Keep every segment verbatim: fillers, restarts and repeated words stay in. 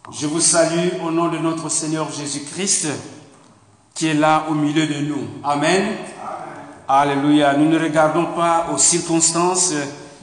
Je vous salue au nom de notre Seigneur Jésus-Christ qui est là au milieu de nous. Amen. Amen. Alléluia. Nous ne regardons pas aux circonstances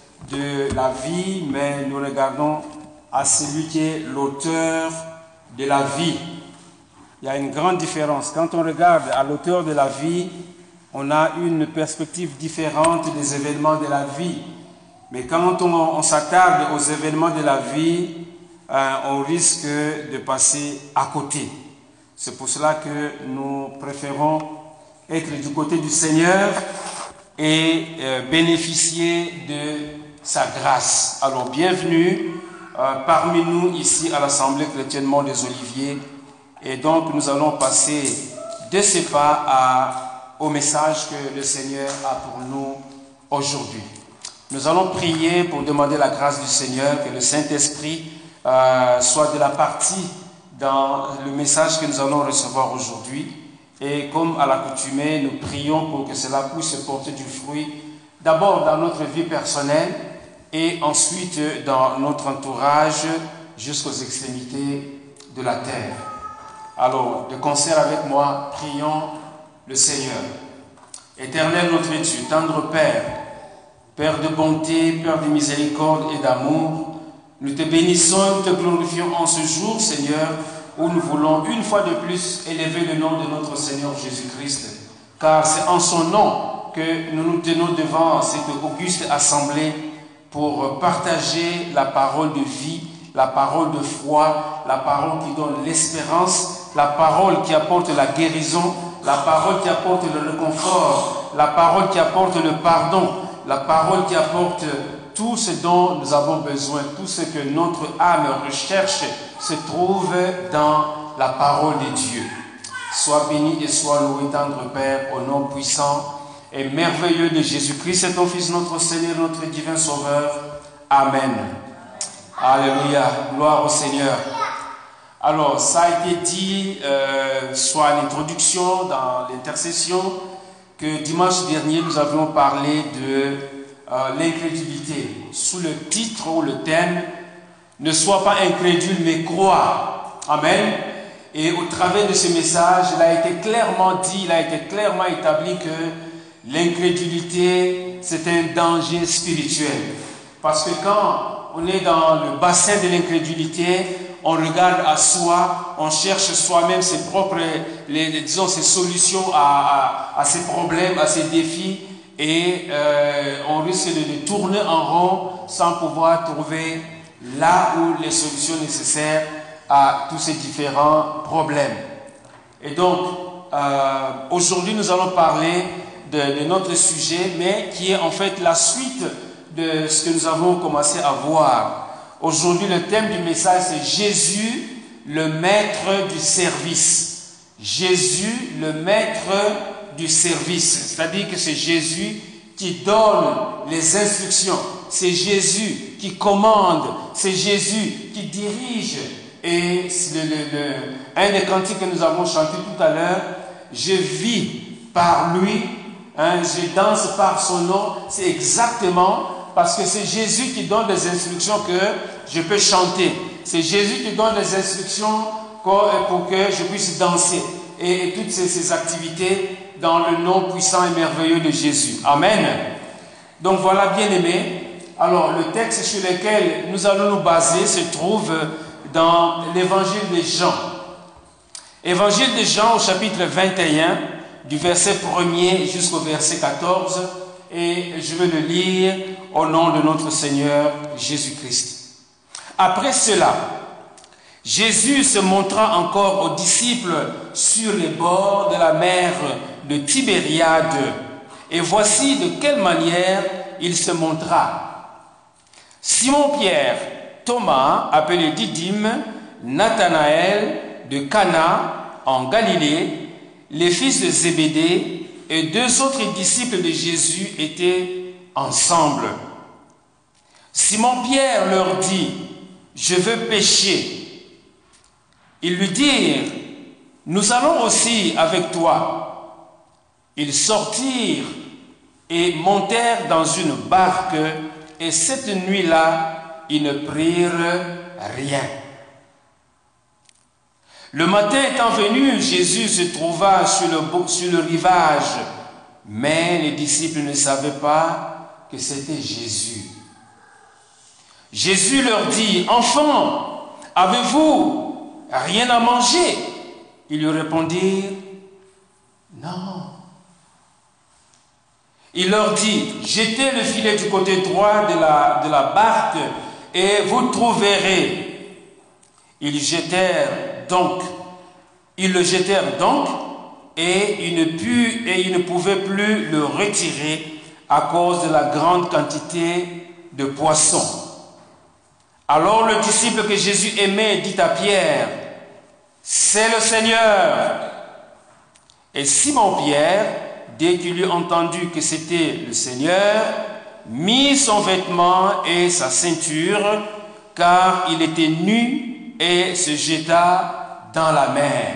de la vie, mais nous regardons à celui qui est l'auteur de la vie. Il y a une grande différence. Quand on regarde à l'auteur de la vie, on a une perspective différente des événements de la vie. Mais quand on, on s'attarde aux événements de la vie, euh, on risque de passer à côté. C'est pour cela que nous préférons être du côté du Seigneur et euh, bénéficier de sa grâce. Alors, bienvenue euh, parmi nous ici à l'Assemblée chrétienne Mont des Oliviers. Et donc, nous allons passer de ce pas à, au message que le Seigneur a pour nous aujourd'hui. Nous allons prier pour demander la grâce du Seigneur, que le Saint-Esprit euh, soit de la partie dans le message que nous allons recevoir aujourd'hui. Et comme à l'accoutumée, nous prions pour que cela puisse porter du fruit, d'abord dans notre vie personnelle et ensuite dans notre entourage jusqu'aux extrémités de la terre. Alors, de concert avec moi, prions le Seigneur. Éternel notre Dieu, tendre Père, Père de bonté, Père de miséricorde et d'amour, nous te bénissons et nous te glorifions en ce jour, Seigneur, où nous voulons une fois de plus élever le nom de notre Seigneur Jésus-Christ, car c'est en son nom que nous nous tenons devant cette auguste assemblée pour partager la parole de vie, la parole de foi, la parole qui donne l'espérance, la parole qui apporte la guérison, la parole qui apporte le réconfort, la parole qui apporte le pardon, la parole qui apporte tout ce dont nous avons besoin, tout ce que notre âme recherche se trouve dans la parole de Dieu. Sois béni et sois loué, tendre Père, au nom puissant et merveilleux de Jésus-Christ, ton Fils, notre Seigneur, notre divin Sauveur. Amen. Alléluia. Gloire au Seigneur. Alors, ça a été dit, euh, soit à l'introduction, dans l'intercession, que dimanche dernier, nous avions parlé de euh, l'incrédulité, sous le titre ou le thème « Ne sois pas incrédule, mais crois ». Amen. Et au travers de ce message, il a été clairement dit, il a été clairement établi que l'incrédulité, c'est un danger spirituel. Parce que quand on est dans le bassin de l'incrédulité, on regarde à soi, on cherche soi-même ses propres, les, les, disons, ses solutions à, à, à ses problèmes, à ses défis, et euh, on risque de, de tourner en rond sans pouvoir trouver là où les solutions nécessaires à tous ces différents problèmes. Et donc, euh, aujourd'hui, nous allons parler de, de notre sujet, mais qui est en fait la suite de ce que nous avons commencé à voir. Aujourd'hui, le thème du message, c'est Jésus, le maître du service. Jésus, le maître du service. C'est-à-dire que c'est Jésus qui donne les instructions. C'est Jésus qui commande. C'est Jésus qui dirige. Et le, le, le, un des cantiques que nous avons chanté tout à l'heure, je vis par lui, hein, je danse par son nom, c'est exactement parce que c'est Jésus qui donne les instructions que je peux chanter. C'est Jésus qui donne les instructions pour que je puisse danser. Et, et toutes ces, ces activités dans le nom puissant et merveilleux de Jésus. Amen. Donc voilà, bien-aimés. Alors, le texte sur lequel nous allons nous baser se trouve dans l'évangile de Jean. Évangile de Jean au chapitre vingt et un, du verset premier jusqu'au verset quatorze. Et je vais le lire au nom de notre Seigneur Jésus-Christ. Après cela, Jésus se montra encore aux disciples sur les bords de la mer de Tibériade. Et voici de quelle manière il se montra. Simon-Pierre, Thomas, appelé Didyme, Nathanaël de Cana en Galilée, les fils de Zébédée et deux autres disciples de Jésus étaient ensemble. Simon-Pierre leur dit, « Je veux pêcher. » Ils lui dirent, « Nous allons aussi avec toi. » Ils sortirent et montèrent dans une barque, et cette nuit-là, ils ne prirent rien. Le matin étant venu, Jésus se trouva sur le, sur le rivage, mais les disciples ne savaient pas que c'était Jésus. Jésus leur dit, « Enfants, avez-vous rien à manger ?» Ils lui répondirent, « Non. » Il leur dit, « Jetez le filet du côté droit de la, de la barque et vous trouverez. » Ils jetèrent donc, ils le jetèrent donc et ils ne purent, et ils ne pouvaient plus le retirer à cause de la grande quantité de poissons. Alors le disciple que Jésus aimait dit à Pierre, « C'est le Seigneur. » Et Simon-Pierre, dès qu'il eut entendu que c'était le Seigneur, mit son vêtement et sa ceinture, car il était nu, et se jeta dans la mer.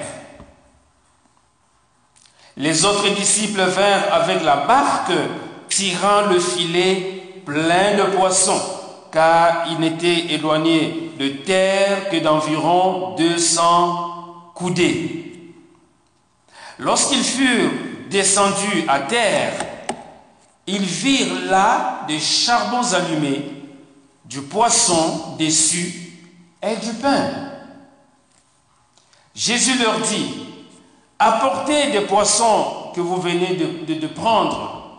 Les autres disciples vinrent avec la barque, tirant le filet plein de poissons, car il n'était éloigné de terre que d'environ deux cents coudées. Lorsqu'ils furent descendus à terre, ils virent là des charbons allumés, du poisson dessus et du pain. Jésus leur dit, « Apportez des poissons que vous venez de, de, de prendre. »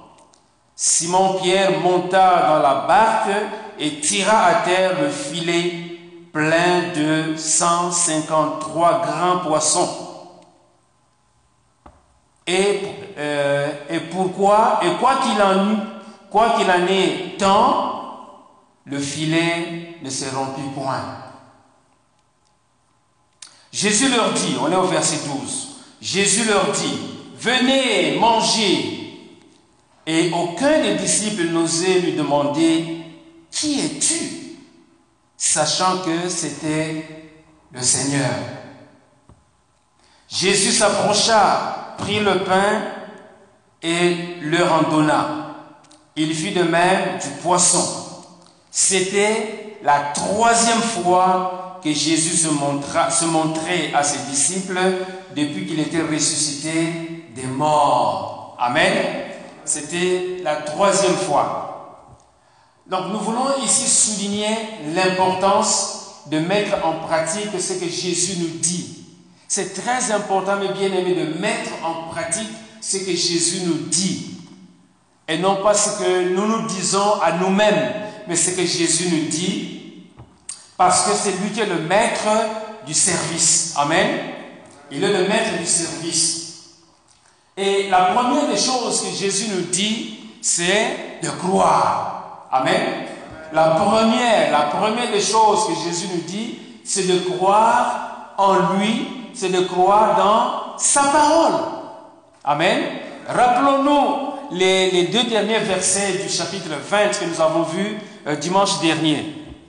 Simon-Pierre monta dans la barque et tira à terre le filet plein de cent cinquante-trois grands poissons. Et, euh, et pourquoi, et quoi qu'il en, quoi qu'il en ait tant, le filet ne se rompit point. Jésus leur dit, on est au verset douze, Jésus leur dit, « Venez, mangez. » Et aucun des disciples n'osait lui demander, « Qui es-tu » sachant que c'était le Seigneur. Jésus s'approcha, prit le pain et leur en donna. Il fit de même du poisson. C'était la troisième fois que Jésus se, montra, se montrait à ses disciples depuis qu'il était ressuscité des morts. Amen. C'était la troisième fois. Donc nous voulons ici souligner l'importance de mettre en pratique ce que Jésus nous dit. C'est très important, mes bien-aimés, de mettre en pratique ce que Jésus nous dit. Et non pas ce que nous nous disons à nous-mêmes, mais ce que Jésus nous dit, parce que c'est lui qui est le maître du service. Amen. Il est le maître du service. Et la première des choses que Jésus nous dit, c'est de croire. Amen. La première, la première des choses que Jésus nous dit, c'est de croire en lui, c'est de croire dans sa parole. Amen. Rappelons-nous les, les deux derniers versets du chapitre vingt que nous avons vus euh, dimanche dernier.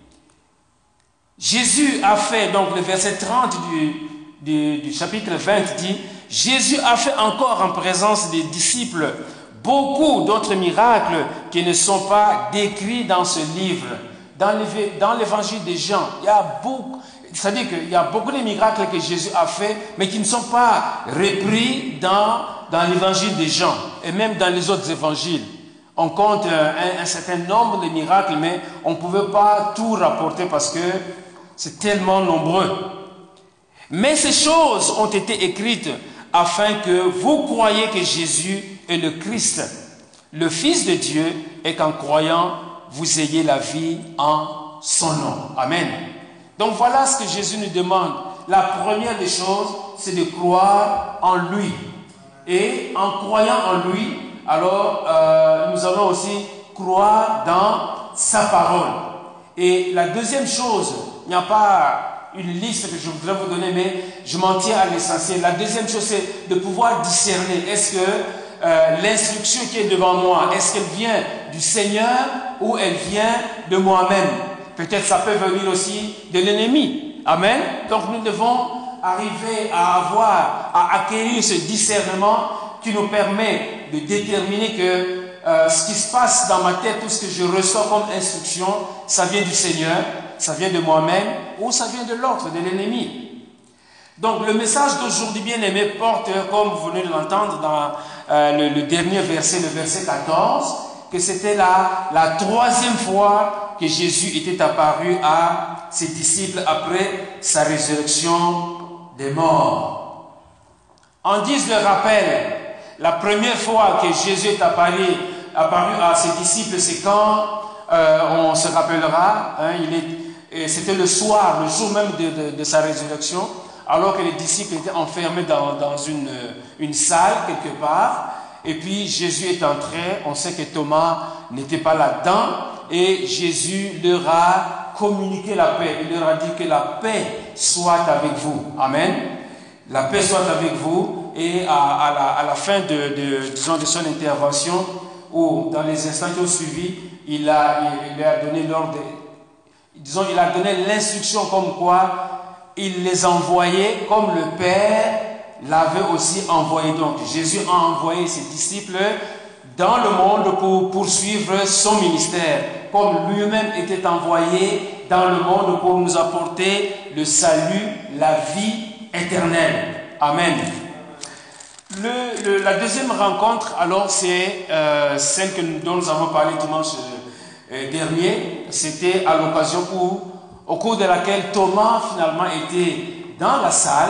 Jésus a fait, donc le verset trente du, du, du chapitre vingt dit, Jésus a fait encore en présence des disciples beaucoup d'autres miracles qui ne sont pas décrits dans ce livre. Dans l'évangile de Jean, il y a beaucoup, c'est-à-dire qu'il y a beaucoup de miracles que Jésus a fait, mais qui ne sont pas repris dans, dans l'évangile de Jean, et même dans les autres évangiles. On compte un, un certain nombre de miracles, mais on ne pouvait pas tout rapporter parce que c'est tellement nombreux. Mais ces choses ont été écrites afin que vous croyiez que Jésus est le Christ, le Fils de Dieu, et qu'en croyant, vous ayez la vie en son nom. Amen. Donc voilà ce que Jésus nous demande. La première des choses, c'est de croire en lui. Et en croyant en lui, alors euh, nous allons aussi croire dans sa parole. Et la deuxième chose, il n'y a pas une liste que je voudrais vous donner, mais je m'en tiens à l'essentiel. La deuxième chose, c'est de pouvoir discerner. Est-ce que euh, l'instruction qui est devant moi, est-ce qu'elle vient du Seigneur ou elle vient de moi-même? Peut-être ça peut venir aussi de l'ennemi. Amen. Donc nous devons arriver à avoir, à acquérir ce discernement qui nous permet de déterminer que euh, ce qui se passe dans ma tête, tout ce que je reçois comme instruction, ça vient du Seigneur, ça vient de moi-même ou ça vient de l'autre, de l'ennemi. Donc le message d'aujourd'hui, bien aimé, porte, comme vous venez de l'entendre dans euh, le, le dernier verset, le verset quatorze, que c'était la, la troisième fois que Jésus était apparu à ses disciples après sa résurrection des morts. En guise de rappel, la première fois que Jésus est apparu, apparu à ses disciples, c'est quand, euh, on se rappellera, hein, il est, c'était le soir, le jour même de, de, de sa résurrection, alors que les disciples étaient enfermés dans, dans une, une salle quelque part, et puis Jésus est entré, on sait que Thomas n'était pas là-dedans, et Jésus leur a communiqué la paix, il leur a dit que la paix soit avec vous. Amen. La paix soit avec vous, et à, à, la, à la fin de, de, disons, de son intervention, ou dans les instants qui ont suivi, il a, il, il a donné l'ordre, disons, il a donné l'instruction comme quoi il les envoyait comme le Père l'avait aussi envoyé. Donc Jésus a envoyé ses disciples dans le monde pour poursuivre son ministère, comme lui-même était envoyé dans le monde pour nous apporter le salut, la vie éternelle. Amen. Le, le, la deuxième rencontre, alors, c'est euh, celle que nous, dont nous avons parlé dimanche euh, dernier. C'était à l'occasion où au cours de laquelle Thomas finalement était dans la salle,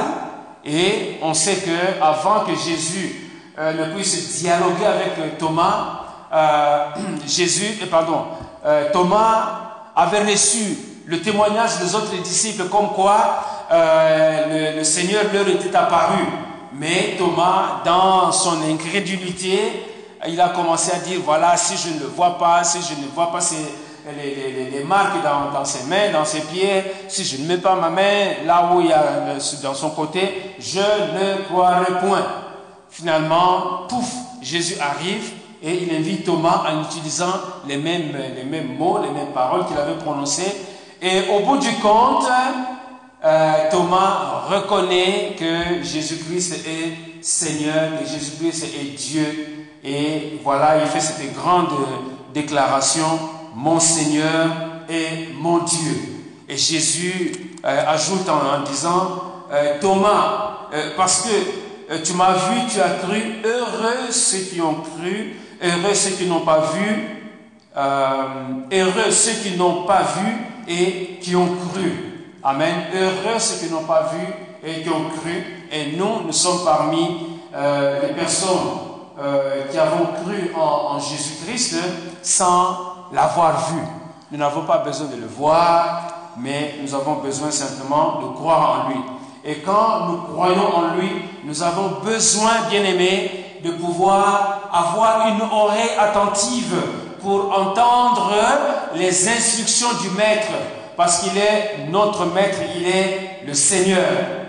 et on sait que avant que Jésus euh, ne puisse dialoguer avec Thomas, euh, Jésus, euh, pardon, euh, Thomas avait reçu le témoignage des autres disciples comme quoi euh, le, le Seigneur leur était apparu. Mais Thomas, dans son incrédulité, il a commencé à dire, voilà, si je ne le vois pas, si je ne vois pas ces Les, les, les marques dans, dans ses mains, dans ses pieds, si je ne mets pas ma main là où il y a le, dans son côté, je ne croirai point. Finalement, pouf, Jésus arrive et il invite Thomas en utilisant les mêmes, les mêmes mots, les mêmes paroles qu'il avait prononcées. Et au bout du compte, euh, Thomas reconnaît que Jésus-Christ est Seigneur, que Jésus-Christ est Dieu. Et voilà, il fait cette grande déclaration: mon Seigneur et mon Dieu. Et Jésus euh, ajoute en, en disant, euh, Thomas, euh, parce que euh, tu m'as vu, tu as cru, heureux ceux qui ont cru, heureux ceux qui n'ont pas vu, euh, heureux ceux qui n'ont pas vu et qui ont cru. Amen. Heureux ceux qui n'ont pas vu et qui ont cru. Et nous, nous sommes parmi euh, les personnes euh, qui avons cru en, en Jésus-Christ sans l'avoir vu. Nous n'avons pas besoin de le voir, mais nous avons besoin simplement de croire en lui. Et quand nous croyons en lui, nous avons besoin, bien aimés, de pouvoir avoir une oreille attentive pour entendre les instructions du Maître, parce qu'il est notre Maître, il est le Seigneur.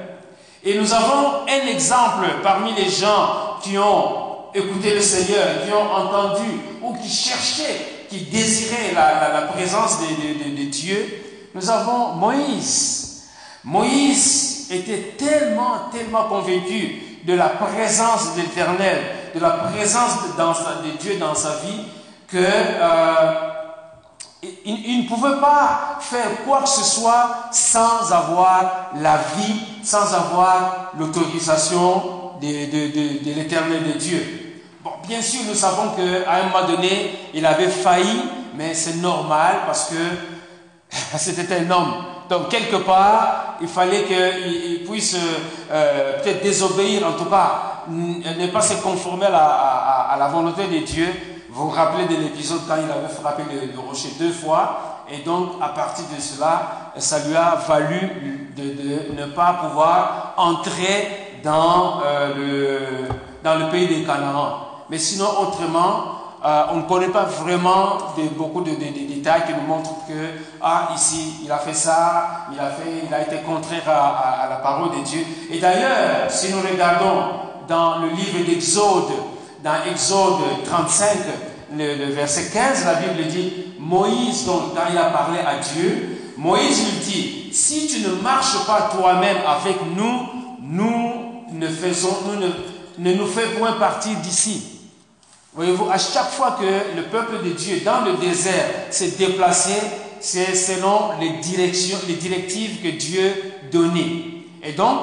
Et nous avons un exemple parmi les gens qui ont écouté le Seigneur, qui ont entendu ou qui cherchaient, qui désiraient la, la, la présence de, de, de, de Dieu. Nous avons Moïse. Moïse était tellement, tellement convaincu de la présence de l'Éternel, de la présence de, dans sa, de Dieu dans sa vie, que euh, il, il ne pouvait pas faire quoi que ce soit sans avoir la vie, sans avoir l'autorisation de, de, de, de l'Éternel de Dieu. Bon, bien sûr, nous savons qu'à un moment donné, il avait failli, mais c'est normal parce que c'était un homme. Donc, quelque part, il fallait qu'il puisse euh, peut-être désobéir, en tout cas, ne pas se conformer à la, à, à la volonté de Dieu. Vous vous rappelez de l'épisode quand il avait frappé le, le rocher deux fois, et donc, à partir de cela, ça lui a valu de, de ne pas pouvoir entrer dans, euh, le, dans le pays des Canaan. Mais sinon, autrement, euh, on ne connaît pas vraiment de, beaucoup de, de, de détails qui nous montrent que, ah, ici, il a fait ça, il a, fait, il a été contraire à, à, à la parole de Dieu. Et d'ailleurs, si nous regardons dans le livre d'Exode, dans Exode trente-cinq, le, le verset quinze, la Bible dit, Moïse, donc, quand il a parlé à Dieu, Moïse lui dit, si tu ne marches pas toi-même avec nous, nous ne faisons, nous ne, ne nous faisons point partir d'ici. Voyez-vous, à chaque fois que le peuple de Dieu dans le désert s'est déplacé, c'est selon les directions, les directives que Dieu donnait. Et donc,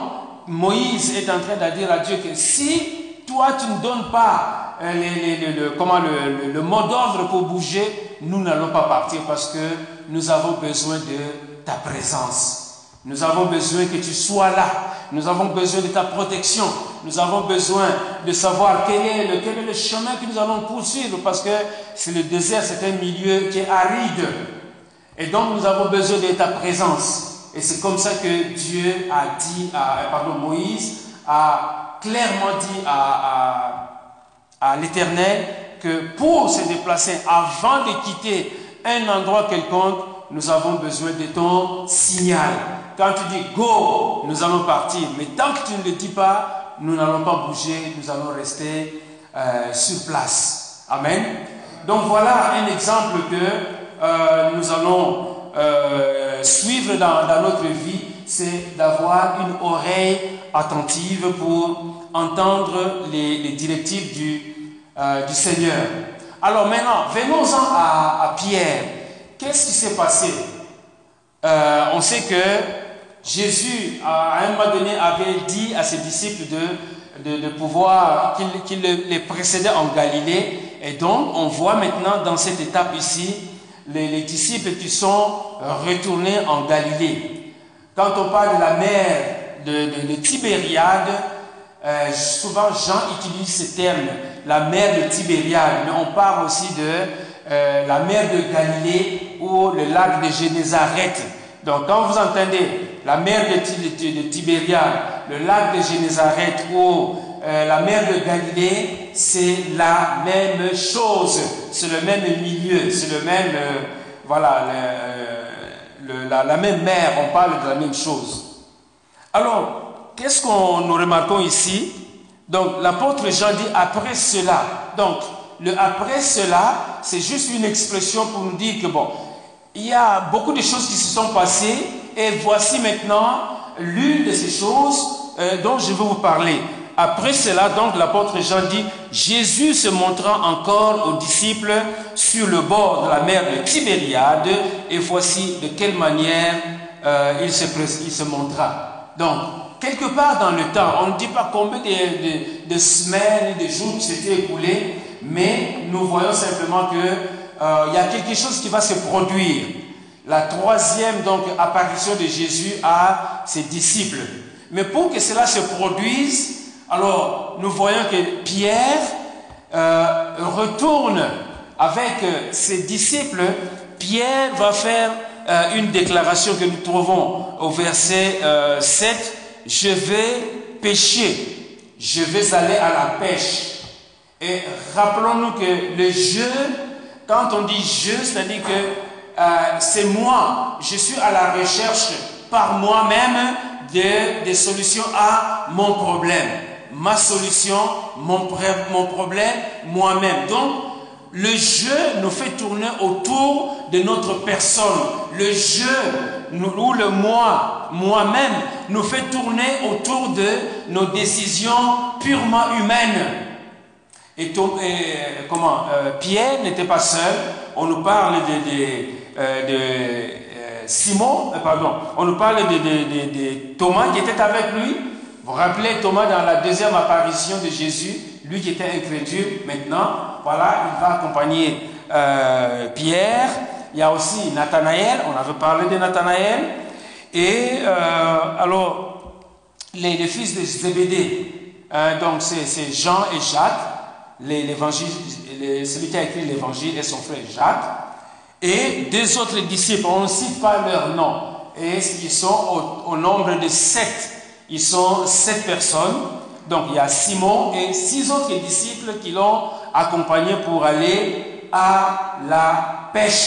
Moïse est en train de dire à Dieu que si toi tu ne donnes pas euh, les, les, les, le, comment, le, le, le mot d'ordre pour bouger, nous n'allons pas partir parce que nous avons besoin de ta présence. Nous avons besoin que tu sois là. Nous avons besoin de ta protection. Nous avons besoin de savoir quel est le, quel est le chemin que nous allons poursuivre parce que c'est le désert, c'est un milieu qui est aride. Et donc nous avons besoin de ta présence. Et c'est comme ça que Dieu a dit, à, pardon, Moïse a clairement dit à, à, à l'Éternel que pour se déplacer, avant de quitter un endroit quelconque, nous avons besoin de ton signal. Quand tu dis go, nous allons partir. Mais tant que tu ne le dis pas, nous n'allons pas bouger, nous allons rester euh, sur place. Amen. Donc voilà un exemple que euh, nous allons euh, suivre dans, dans notre vie, c'est d'avoir une oreille attentive pour entendre les, les directives du, euh, du Seigneur. Alors maintenant, venons-en à, à Pierre. Qu'est-ce qui s'est passé? euh, On sait que Jésus, à un moment donné, avait dit à ses disciples de, de, de pouvoir, qu'il qu'il les précédait en Galilée. Et donc, on voit maintenant dans cette étape ici, les, les disciples qui sont retournés en Galilée. Quand on parle de la mer de, de, de Tibériade, euh, souvent Jean utilise ce terme, la mer de Tibériade. Mais on parle aussi de euh, la mer de Galilée ou le lac de Génézareth. Donc, quand vous entendez la mer de, de, de Tibériade, le lac de Génézareth ou euh, la mer de Galilée, c'est la même chose, c'est le même milieu, c'est le même, euh, voilà, le, le, la, la même mer, on parle de la même chose. Alors, qu'est-ce qu'on nous remarquons ici? Donc, l'apôtre Jean dit après cela. Donc, le après cela, c'est juste une expression pour nous dire que bon, il y a beaucoup de choses qui se sont passées et voici maintenant l'une de ces choses euh, dont je vais vous parler. Après cela, donc, l'apôtre Jean dit, Jésus se montra encore aux disciples sur le bord de la mer de Tibériade et voici de quelle manière euh, il, se, il se montra. Donc, quelque part dans le temps, on ne dit pas combien de, de, de semaines, de jours qui s'étaient écoulés, mais nous voyons simplement que euh, il y a quelque chose qui va se produire. La troisième donc apparition de Jésus à ses disciples. Mais pour que cela se produise, alors nous voyons que Pierre euh, retourne avec euh, ses disciples. Pierre va faire euh, une déclaration que nous trouvons au verset euh, sept. Je vais pêcher, je vais aller à la pêche. Et rappelons-nous que le jeu, quand on dit jeu, c'est-à-dire que euh, c'est moi, je suis à la recherche par moi-même de, des solutions à mon problème. Ma solution, mon, mon problème, moi-même. Donc, le jeu nous fait tourner autour de notre personne. Le jeu, nous, ou le moi, moi-même, nous fait tourner autour de nos décisions purement humaines. Et, et comment euh, Pierre n'était pas seul. On nous parle de, de, euh, de euh, Simon, euh, pardon, on nous parle de, de, de, de Thomas qui était avec lui. Vous vous rappelez Thomas dans la deuxième apparition de Jésus, lui qui était incrédule, maintenant, voilà, il va accompagner euh, Pierre. Il y a aussi Nathanaël, on avait parlé de Nathanaël. Et euh, alors, les, les fils de Zébédée, hein, donc c'est Jean et Jacques. L'évangile, celui qui a écrit l'évangile est son frère Jacques, et deux autres disciples, on ne cite pas leur nom, et ils sont au, au nombre de sept, ils sont sept personnes, donc il y a Simon et six autres disciples qui l'ont accompagné pour aller à la pêche.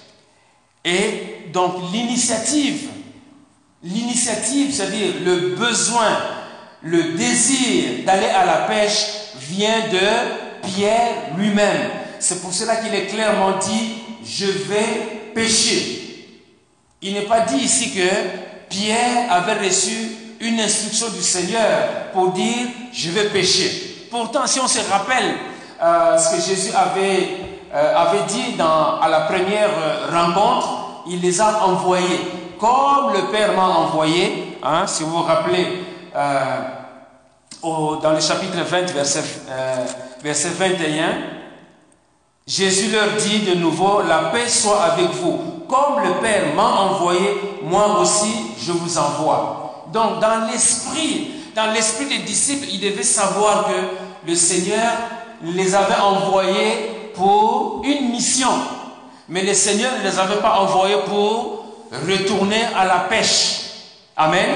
Et donc l'initiative, l'initiative, c'est-à-dire le besoin, le désir d'aller à la pêche vient de Pierre lui-même. C'est pour cela qu'il est clairement dit, je vais pêcher. Il n'est pas dit ici que Pierre avait reçu une instruction du Seigneur pour dire, je vais pêcher. Pourtant, si on se rappelle euh, ce que Jésus avait, euh, avait dit dans, à la première rencontre, il les a envoyés. Comme le Père m'a envoyé, hein, si vous vous rappelez, euh, au, dans le chapitre vingt, verset, euh, verset vingt et un, Jésus leur dit de nouveau, la paix soit avec vous. Comme le Père m'a envoyé, moi aussi je vous envoie. Donc dans l'esprit, dans l'esprit des disciples, ils devaient savoir que le Seigneur les avait envoyés pour une mission. Mais le Seigneur ne les avait pas envoyés pour retourner à la pêche. Amen.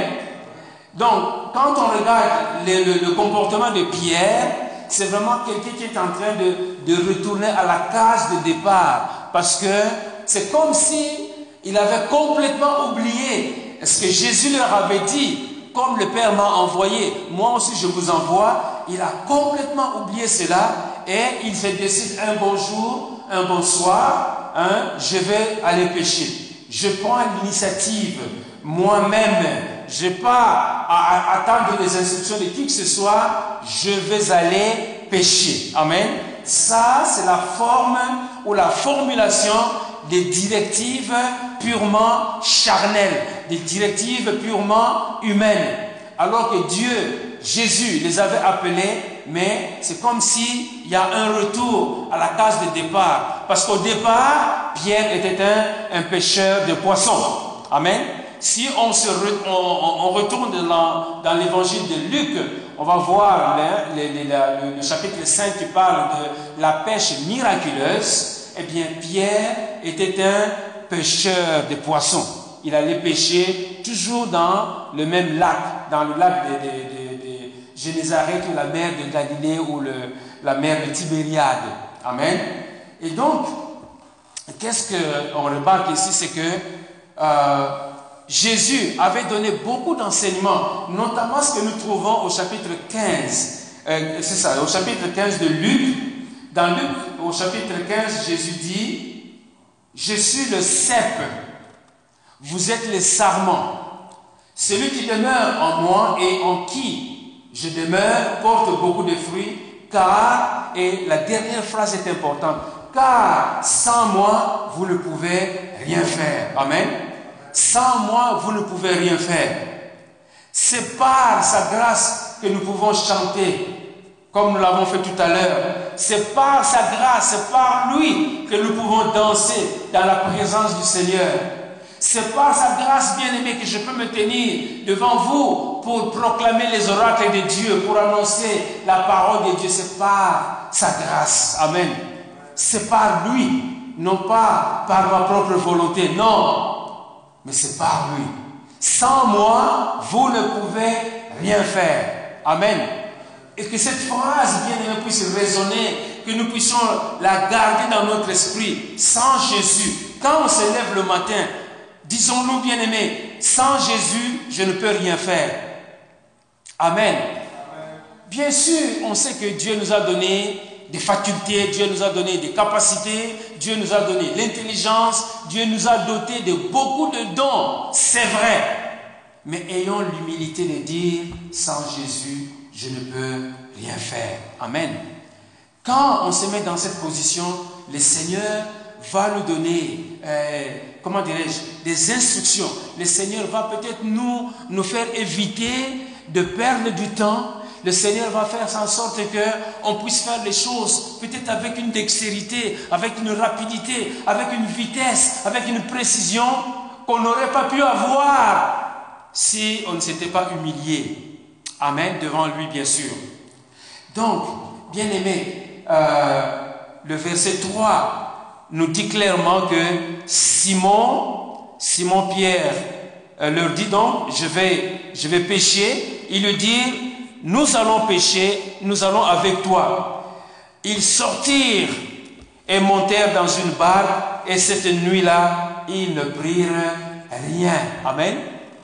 Donc, quand on regarde le, le, le comportement de Pierre, c'est vraiment quelqu'un qui est en train de, de retourner à la case de départ. Parce que c'est comme si il avait complètement oublié ce que Jésus leur avait dit. Comme le Père m'a envoyé, moi aussi je vous envoie. Il a complètement oublié cela et il se décide un bon jour, un bon soir, hein, je vais aller pêcher. Je prends l'initiative moi-même. Je n'ai pas à, à attendre les instructions de qui que ce soit. Je vais aller pêcher. Amen. Ça, c'est la forme ou la formulation des directives purement charnelles, des directives purement humaines. Alors que Dieu, Jésus, les avait appelés, mais c'est comme s'il y a un retour à la case de départ. Parce qu'au départ, Pierre était un, un pêcheur de poissons. Amen. Si on, se re, on, on retourne dans, dans l'évangile de Luc, on va voir le, le, le, le, le chapitre cinq qui parle de la pêche miraculeuse. Eh bien, Pierre était un pêcheur de poissons. Il allait pêcher toujours dans le même lac, dans le lac de, de, de, de Génézareth ou la mer de Galilée ou le, la mer de Tibériade. Amen. Et donc, qu'est-ce qu'on remarque ici, c'est que euh, Jésus avait donné beaucoup d'enseignements, notamment ce que nous trouvons au chapitre quinze. Euh, c'est ça, au chapitre quinze de Luc. Dans Luc, au chapitre quinze, Jésus dit, « Je suis le cep, vous êtes les sarments. Celui qui demeure en moi et en qui je demeure porte beaucoup de fruits, car, et la dernière phrase est importante, car sans moi, vous ne pouvez rien faire. » Amen. Sans moi, vous ne pouvez rien faire. C'est par sa grâce que nous pouvons chanter, comme nous l'avons fait tout à l'heure. C'est par sa grâce, c'est par lui que nous pouvons danser dans la présence du Seigneur. C'est par sa grâce, bien-aimée, que je peux me tenir devant vous pour proclamer les oracles de Dieu, pour annoncer la parole de Dieu. C'est par sa grâce. Amen. C'est par lui, non pas par ma propre volonté, non. Mais c'est par lui. Sans moi, vous ne pouvez rien faire. Amen. Et que cette phrase, bien-aimée, puisse résonner, que nous puissions la garder dans notre esprit. Sans Jésus, quand on se lève le matin, disons-nous, bien-aimés, sans Jésus, je ne peux rien faire. Amen. Amen. Bien sûr, on sait que Dieu nous a donné des facultés, Dieu nous a donné des capacités, Dieu nous a donné l'intelligence, Dieu nous a doté de beaucoup de dons, c'est vrai. Mais ayons l'humilité de dire, sans Jésus, je ne peux rien faire. Amen. Quand on se met dans cette position, le Seigneur va nous donner, euh, comment dirais-je, des instructions. Le Seigneur va peut-être nous, nous faire éviter de perdre du temps. Le Seigneur va faire en sorte qu'on puisse faire les choses peut-être avec une dextérité, avec une rapidité, avec une vitesse, avec une précision qu'on n'aurait pas pu avoir si on ne s'était pas humilié. Amen, devant lui, bien sûr. Donc, bien aimé, euh, le verset trois nous dit clairement que Simon, Simon Pierre euh, leur dit donc, je vais, je vais pêcher. Ils lui dirent, nous allons pêcher, nous allons avec toi. Ils sortirent et montèrent dans une barque, et cette nuit-là, ils ne prirent rien. Amen.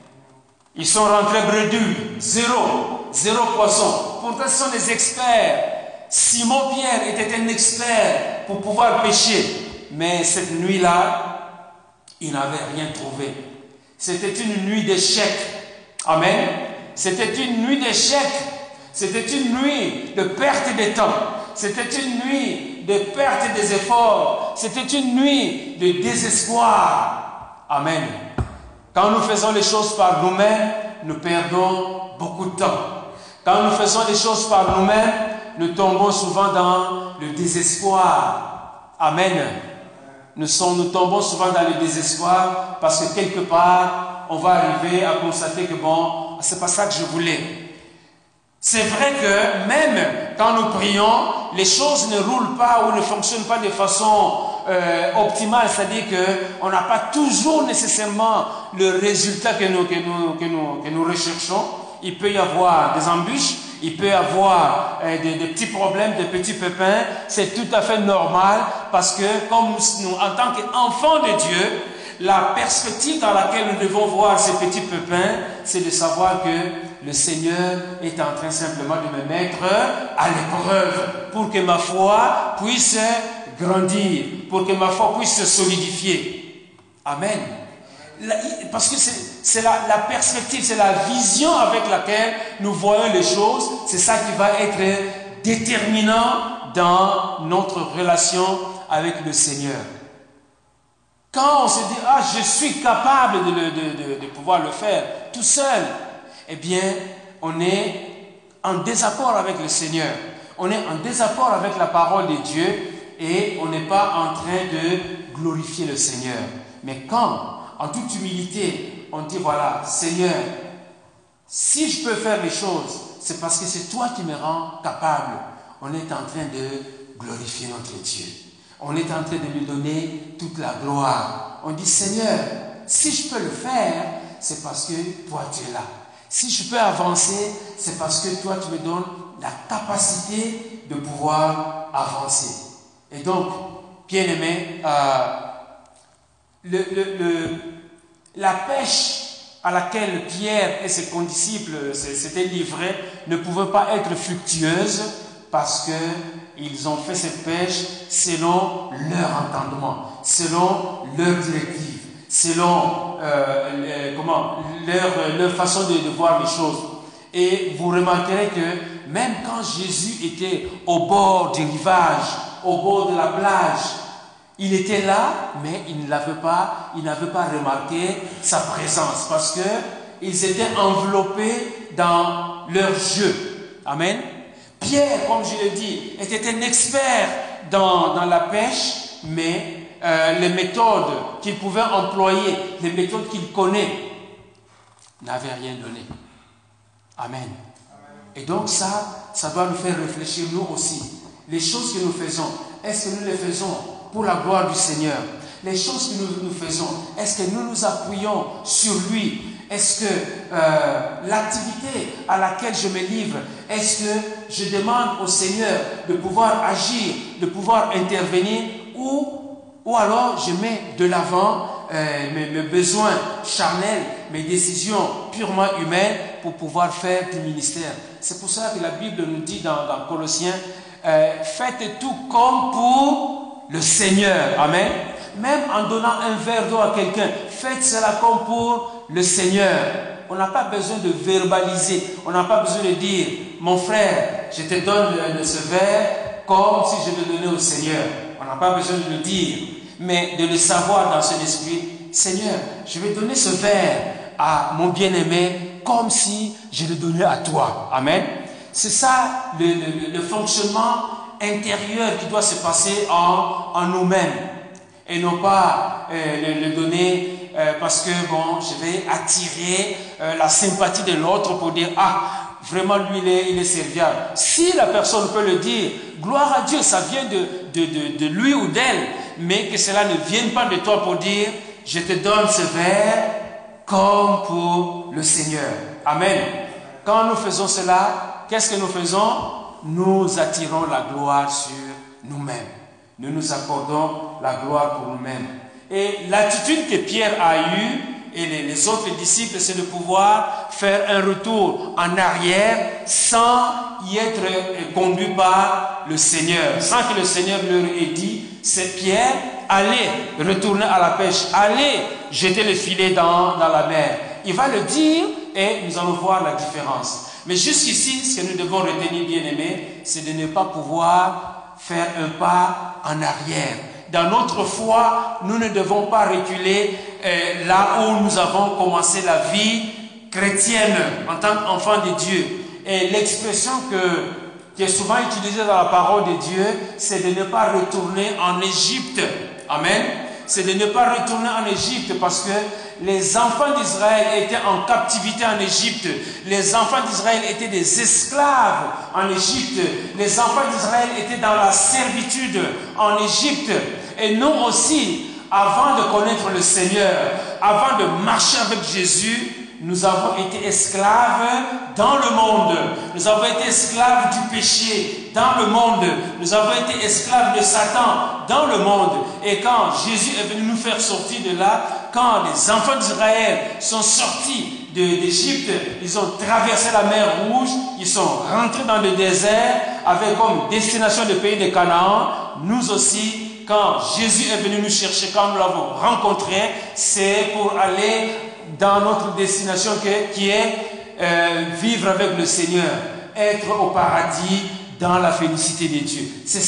Ils sont rentrés bredouilles, zéro, zéro poisson. Pourtant, ce sont des experts. Simon Pierre était un expert pour pouvoir pêcher. Mais cette nuit-là, il n'avait rien trouvé. C'était une nuit d'échec. Amen. C'était une nuit d'échec. C'était une nuit de perte de temps. C'était une nuit de perte des efforts. C'était une nuit de désespoir. Amen. Quand nous faisons les choses par nous-mêmes, nous perdons beaucoup de temps. Quand nous faisons les choses par nous-mêmes, nous tombons souvent dans le désespoir. Amen. Nous, sommes, nous tombons souvent dans le désespoir parce que quelque part, on va arriver à constater que bon, c'est pas ça que je voulais. C'est vrai que même quand nous prions, les choses ne roulent pas ou ne fonctionnent pas de façon euh, optimale, c'est-à-dire qu'on n'a pas toujours nécessairement le résultat que nous, que, nous, que, nous, que nous recherchons. Il peut y avoir des embûches, il peut y avoir euh, des, des petits problèmes, des petits pépins. C'est tout à fait normal parce que comme nous, nous en tant qu'enfants de Dieu, la perspective dans laquelle nous devons voir ces petits pépins, c'est de savoir que le Seigneur est en train simplement de me mettre à l'épreuve pour que ma foi puisse grandir, pour que ma foi puisse se solidifier. Amen. La, parce que c'est la, la perspective, c'est la vision avec laquelle nous voyons les choses, c'est ça qui va être déterminant dans notre relation avec le Seigneur. Quand on se dit, ah, je suis capable de, de, de, de pouvoir le faire tout seul, eh bien, on est en désaccord avec le Seigneur. On est en désaccord avec la parole de Dieu et on n'est pas en train de glorifier le Seigneur. Mais quand, en toute humilité, on dit, voilà, Seigneur, si je peux faire les choses, c'est parce que c'est toi qui me rends capable. On est en train de glorifier notre Dieu. On est en train de lui donner toute la gloire. On dit, Seigneur, si je peux le faire, c'est parce que toi tu es là. Si je peux avancer, c'est parce que toi tu me donnes la capacité de pouvoir avancer. Et donc, bien-aimé, euh, le, le, le, la pêche à laquelle Pierre et ses condisciples s'étaient livrés ne pouvait pas être fructueuse parce que ils ont fait cette pêche selon leur entendement, selon leur directive, selon euh, les, comment, leur, leur façon de, de voir les choses. Et vous remarquerez que même quand Jésus était au bord du rivage, au bord de la plage, il était là, mais il n'avait pas, il n'avait pas remarqué sa présence parce que ils étaient enveloppés dans leur jeu. Amen. Pierre, comme je l'ai dit, était un expert dans, dans la pêche, mais euh, les méthodes qu'il pouvait employer, les méthodes qu'il connaît, n'avaient rien donné. Amen. Amen. Et donc ça, ça doit nous faire réfléchir nous aussi. Les choses que nous faisons, est-ce que nous les faisons pour la gloire du Seigneur? Les choses que nous, nous faisons, est-ce que nous nous appuyons sur lui? Est-ce que euh, l'activité à laquelle je me livre, est-ce que je demande au Seigneur de pouvoir agir, de pouvoir intervenir, ou, ou alors je mets de l'avant euh, mes, mes besoins charnels, mes décisions purement humaines pour pouvoir faire du ministère. C'est pour ça que la Bible nous dit dans, dans Colossiens, euh, faites tout comme pour le Seigneur. Amen. Même en donnant un verre d'eau à quelqu'un, faites cela comme pour le Seigneur. On n'a pas besoin de verbaliser. On n'a pas besoin de dire, mon frère, je te donne le, ce verre comme si je le donnais au Seigneur. On n'a pas besoin de le dire, mais de le savoir dans son esprit. Seigneur, je vais donner ce verre à mon bien-aimé comme si je le donnais à toi. Amen. C'est ça le, le, le fonctionnement intérieur qui doit se passer en, en nous-mêmes. Et non pas euh, le, le donner euh, parce que bon, je vais attirer euh, la sympathie de l'autre pour dire, ah, vraiment lui il est, il est serviable. Si la personne peut le dire, gloire à Dieu, ça vient de, de, de, de lui ou d'elle, mais que cela ne vienne pas de toi pour dire, je te donne ce verre comme pour le Seigneur. Amen. Quand nous faisons cela, qu'est-ce que nous faisons? Nous attirons la gloire sur nous-mêmes. Nous nous accordons la gloire pour nous-mêmes. Et l'attitude que Pierre a eue et les, les autres disciples, c'est de pouvoir faire un retour en arrière sans y être conduit par le Seigneur. Sans que le Seigneur leur ait dit, c'est Pierre, allez retourner à la pêche, allez jeter le filet dans, dans la mer. Il va le dire et nous allons voir la différence. Mais jusqu'ici, ce que nous devons retenir, bien aimés, c'est de ne pas pouvoir faire un pas en arrière. Dans notre foi, nous ne devons pas reculer euh, là où nous avons commencé la vie chrétienne, en tant qu'enfant de Dieu. Et l'expression que, qui est souvent utilisée dans la parole de Dieu, c'est de ne pas retourner en Égypte. Amen. C'est de ne pas retourner en Égypte parce que les enfants d'Israël étaient en captivité en Égypte. Les enfants d'Israël étaient des esclaves en Égypte. Les enfants d'Israël étaient dans la servitude en Égypte. Et nous aussi, avant de connaître le Seigneur, avant de marcher avec Jésus, nous avons été esclaves dans le monde. Nous avons été esclaves du péché dans le monde. Nous avons été esclaves de Satan dans le monde. Et quand Jésus est venu nous faire sortir de là, quand les enfants d'Israël sont sortis d'Égypte, ils ont traversé la mer Rouge, ils sont rentrés dans le désert avec comme destination le pays de Canaan. Nous aussi, quand Jésus est venu nous chercher, quand nous l'avons rencontré, c'est pour aller dans notre destination qui est euh, vivre avec le Seigneur, être au paradis dans la félicité de Dieu. C'est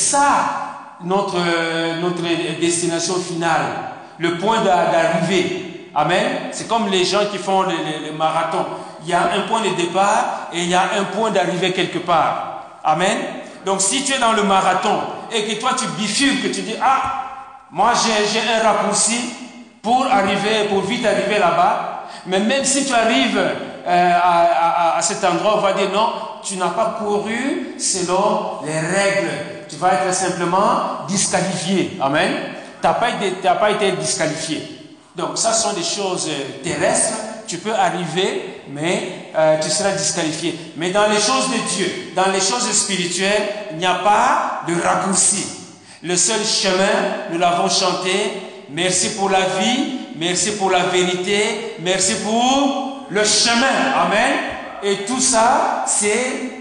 ça notre, notre destination finale, le point d'arrivée. Amen. C'est comme les gens qui font les, les, les marathons. Il y a un point de départ et il y a un point d'arrivée quelque part. Amen. Donc si tu es dans le marathon et que toi tu bifurques, que tu dis, ah, moi j'ai un raccourci pour arriver, pour vite arriver là-bas. Mais même si tu arrives euh, à, à, à cet endroit, on va dire non, tu n'as pas couru selon les règles. Tu vas être simplement disqualifié. Amen. Tu n'as pas, pas été disqualifié. Donc ça, ce sont des choses terrestres. Tu peux arriver, mais euh, tu seras disqualifié. Mais dans les choses de Dieu, dans les choses spirituelles, il n'y a pas de raccourci. Le seul chemin, nous l'avons chanté. Merci pour la vie, merci pour la vérité, merci pour le chemin. Amen. Et tout ça, c'est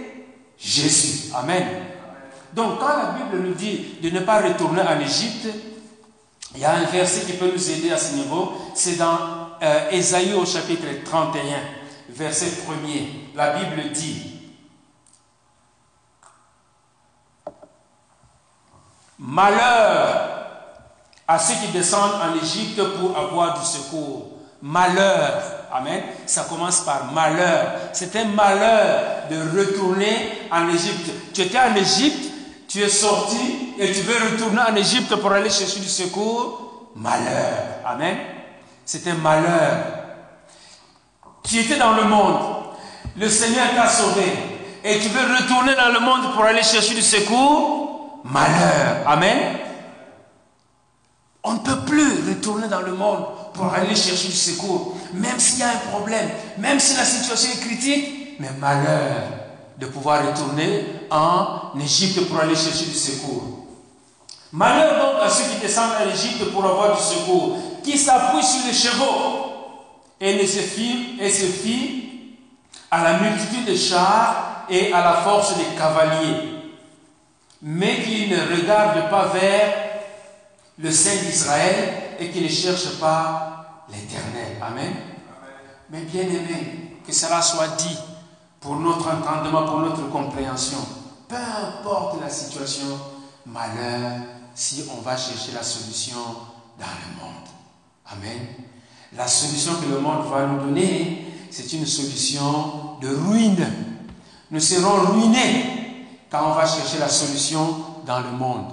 Jésus. Amen. Donc, quand la Bible nous dit de ne pas retourner en Égypte, il y a un verset qui peut nous aider à ce niveau. C'est dans euh, Ésaïe au chapitre trente et un, verset premier. La Bible dit: malheur à ceux qui descendent en Égypte pour avoir du secours. Malheur. Amen. Ça commence par malheur. C'est un malheur de retourner en Égypte. Tu étais en Égypte, tu es sorti et tu veux retourner en Égypte pour aller chercher du secours. Malheur. Amen. C'est un malheur. Tu étais dans le monde. Le Seigneur t'a sauvé. Et tu veux retourner dans le monde pour aller chercher du secours. Malheur. Amen. On ne peut plus retourner dans le monde pour aller chercher du secours, même s'il y a un problème, même si la situation est critique, mais malheur de pouvoir retourner en Égypte pour aller chercher du secours. Malheur donc à ceux qui descendent en Égypte pour avoir du secours, qui s'appuient sur les chevaux et ne se fient, et se fient à la multitude de chars et à la force des cavaliers, mais qui ne regardent pas vers le Saint d'Israël et qui ne cherche pas l'Éternel. Amen. Amen. Mais bien aimé, que cela soit dit pour notre entendement, pour notre compréhension. Peu importe la situation, malheur, si on va chercher la solution dans le monde. Amen. La solution que le monde va nous donner, c'est une solution de ruine. Nous serons ruinés quand on va chercher la solution dans le monde.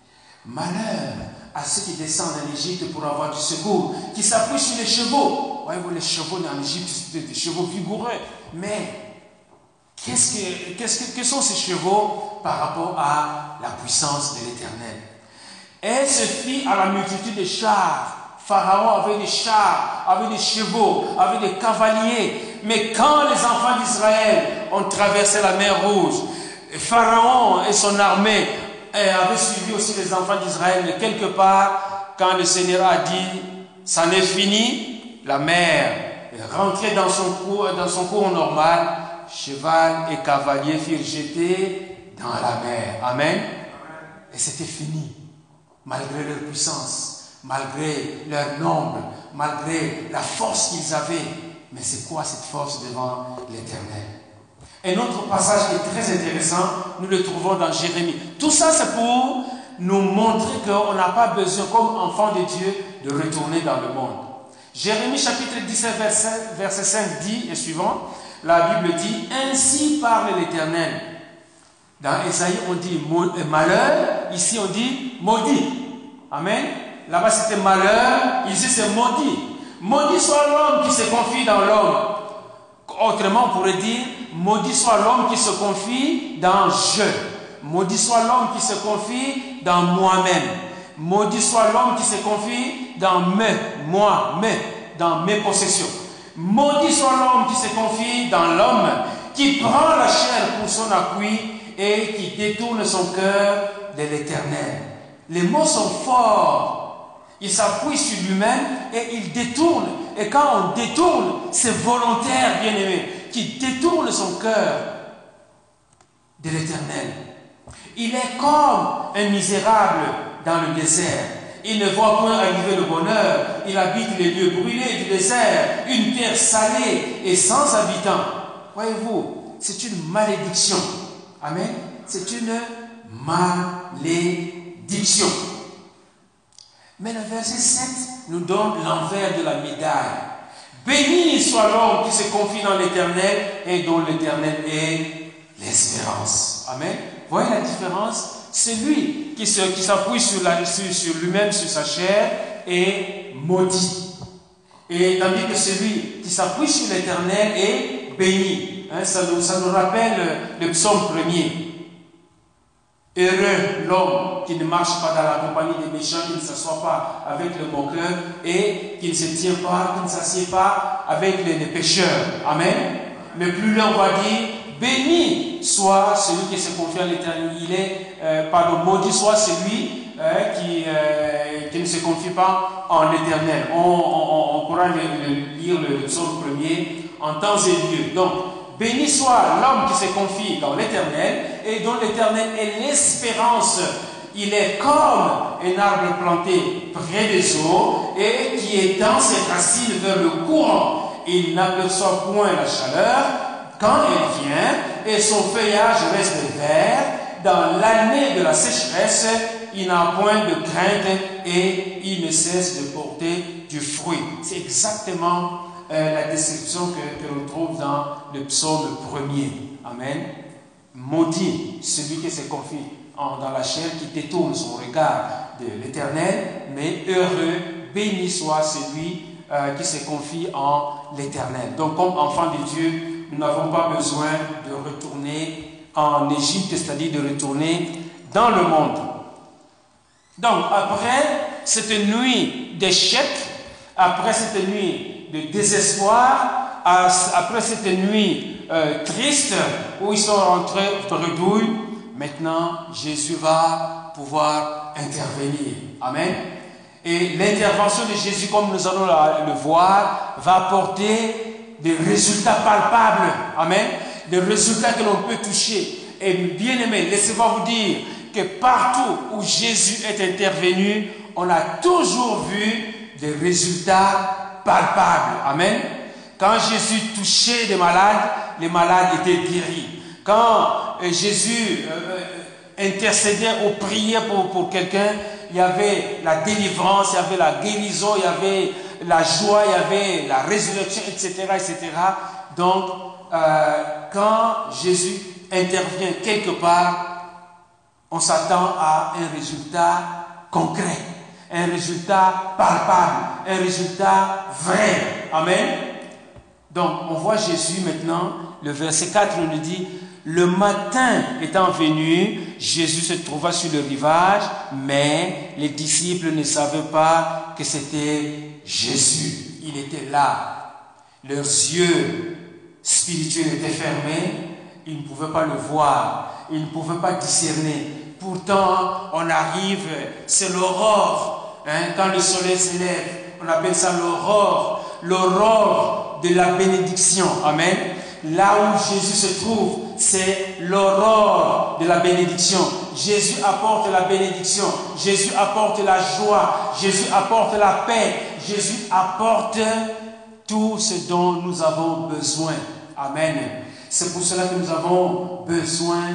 Malheur à ceux qui descendent en Égypte pour avoir du secours, qui s'appuient sur les chevaux. Voyez-vous, les chevaux en Égypte, c'est des chevaux vigoureux. Mais qu'est-ce que, qu'est-ce que, que sont ces chevaux par rapport à la puissance de l'Éternel? Elle se fie à la multitude des chars. Pharaon avait des chars, avait des chevaux, avait des cavaliers. Mais quand les enfants d'Israël ont traversé la mer Rouge, Pharaon et son armée et avait suivi aussi les enfants d'Israël, mais quelque part, quand le Seigneur a dit, ça n'est fini, la mer est rentrée dans son cours, dans son cours normal, cheval et cavalier furent jetés dans la mer. Amen. Et c'était fini, malgré leur puissance, malgré leur nombre, malgré la force qu'ils avaient. Mais c'est quoi cette force devant l'Éternel? Un autre passage qui est très intéressant, nous le trouvons dans Jérémie. Tout ça, c'est pour nous montrer qu'on n'a pas besoin, comme enfants de Dieu, de retourner dans le monde. Jérémie chapitre dix-sept, verset, verset cinq dit et suivant, la Bible dit, ainsi parle l'Éternel. Dans Ésaïe, on dit malheur, ici on dit maudit. Amen. Là-bas c'était malheur, ici c'est maudit. Maudit soit l'homme qui se confie dans l'homme. Autrement, on pourrait dire, maudit soit l'homme qui se confie dans je. Maudit soit l'homme qui se confie dans moi-même. Maudit soit l'homme qui se confie dans me, moi, me, dans mes possessions. Maudit soit l'homme qui se confie dans l'homme, qui prend la chair pour son appui et qui détourne son cœur de l'Éternel. Les mots sont forts. Il s'appuie sur lui-même et il détourne. Et quand on détourne, c'est volontaire, bien-aimé, qui détourne son cœur de l'Éternel. Il est comme un misérable dans le désert. Il ne voit point arriver le bonheur. Il habite les lieux brûlés du désert, une terre salée et sans habitants. Voyez-vous, c'est une malédiction. Amen. C'est une malédiction. Mais le verset sept nous donne l'envers de la médaille. Béni soit l'homme qui se confie dans l'Éternel et dont l'Éternel est l'espérance. Amen. Voyez la différence? Celui qui, se, qui s'appuie sur, la, sur, sur lui-même, sur sa chair, est maudit. Et tandis que celui qui s'appuie sur l'Éternel est béni. Hein, ça, nous, ça nous rappelle le psaume premier. Heureux l'homme qui ne marche pas dans la compagnie des méchants, qui ne s'assoit pas avec le moqueur et qui ne se tient pas, qui ne s'assied pas avec les, les pécheurs. Amen. Mais plus loin on va dire, béni soit celui qui se confie à l'Éternel. Il est, euh, pardon, maudit soit celui euh, qui, euh, qui ne se confie pas en l'Éternel. On, on, on pourra le, le, lire le, le psaume premier en temps et lieu. Donc, béni soit l'homme qui se confie dans l'Éternel et dont l'Éternel est l'espérance. Il est comme un arbre planté près des eaux et qui étend ses racines vers le courant. Il n'aperçoit point la chaleur quand elle vient et son feuillage reste vert. Dans l'année de la sécheresse, il n'a point de crainte et il ne cesse de porter du fruit. C'est exactement Euh, la description que, que l'on trouve dans le psaume premier. Amen. Maudit celui qui se confie en, dans la chair, qui détourne son regard de l'Éternel, mais heureux, béni soit celui euh, qui se confie en l'Éternel. Donc, comme enfants de Dieu, nous n'avons pas besoin de retourner en Égypte, c'est-à-dire de retourner dans le monde. Donc, après cette nuit d'échec, après cette nuit de désespoir, après cette nuit euh, triste où ils sont rentrés bredouilles, maintenant Jésus va pouvoir intervenir. Amen. Et l'intervention de Jésus, comme nous allons la, le voir, va apporter des résultats palpables. Amen. Des résultats que l'on peut toucher. Et bien aimé, laissez-moi vous dire que partout où Jésus est intervenu, on a toujours vu des résultats palpable. Amen. Quand Jésus touchait des malades, les malades étaient guéris. Quand euh, Jésus euh, intercédait ou priait pour, pour quelqu'un, il y avait la délivrance, il y avait la guérison, il y avait la joie, il y avait la résurrection, et cetera, et cetera. Donc, euh, quand Jésus intervient quelque part, on s'attend à un résultat concret. Un résultat palpable, un résultat vrai. Amen. Donc, on voit Jésus maintenant, le verset quatre nous dit, le matin étant venu, Jésus se trouva sur le rivage, mais les disciples ne savaient pas que c'était Jésus. Il était là. Leurs yeux spirituels étaient fermés, ils ne pouvaient pas le voir, ils ne pouvaient pas discerner. Pourtant, on arrive, c'est l'aurore. Hein, quand le soleil se lève, on appelle ça l'aurore, l'aurore de la bénédiction. Amen. Là où Jésus se trouve, c'est l'aurore de la bénédiction. Jésus apporte la bénédiction, Jésus apporte la joie, Jésus apporte la paix, Jésus apporte tout ce dont nous avons besoin. Amen. C'est pour cela que nous avons besoin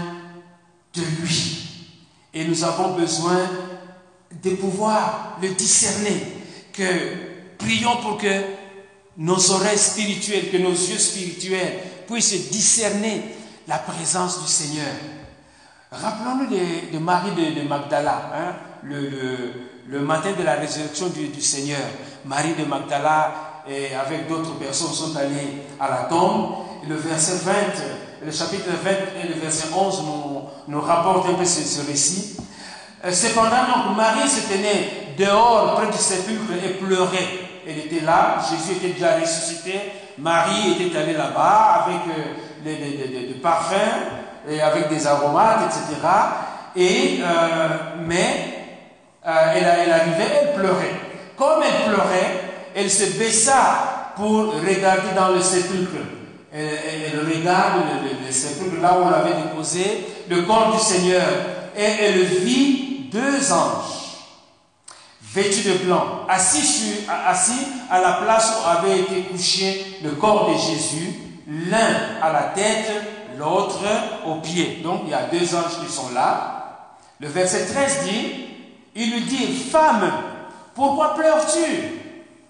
de lui. Et nous avons besoin de pouvoir le discerner, que Prions pour que nos oreilles spirituelles, que nos yeux spirituels puissent discerner la présence du Seigneur. Rappelons-nous de, de Marie de, de Magdala, hein, le, le, le matin de la résurrection du, du Seigneur. Marie de Magdala et avec d'autres personnes sont allées à la tombe. Et le verset vingt, le chapitre vingt et le verset onze nous, nous rapportent un peu ce, ce récit. Cependant, donc, Marie se tenait dehors près du sépulcre et pleurait. Elle était là, Jésus était déjà ressuscité, Marie était allée là-bas avec euh, des, des, des, des parfums, et avec des aromates, et cetera. Et, euh, mais euh, elle, elle arrivait, elle pleurait. Comme elle pleurait, elle se baissa pour regarder dans le sépulcre. Elle, elle, elle regarde le, le, le sépulcre, là où on avait déposé le corps du Seigneur. Et elle vit deux anges vêtus de blanc, assis, sur, assis à la place où avait été couché le corps de Jésus, l'un à la tête, l'autre aux pieds. Donc il y a deux anges qui sont là. Le verset treize dit, il lui dit, femme, pourquoi pleures-tu?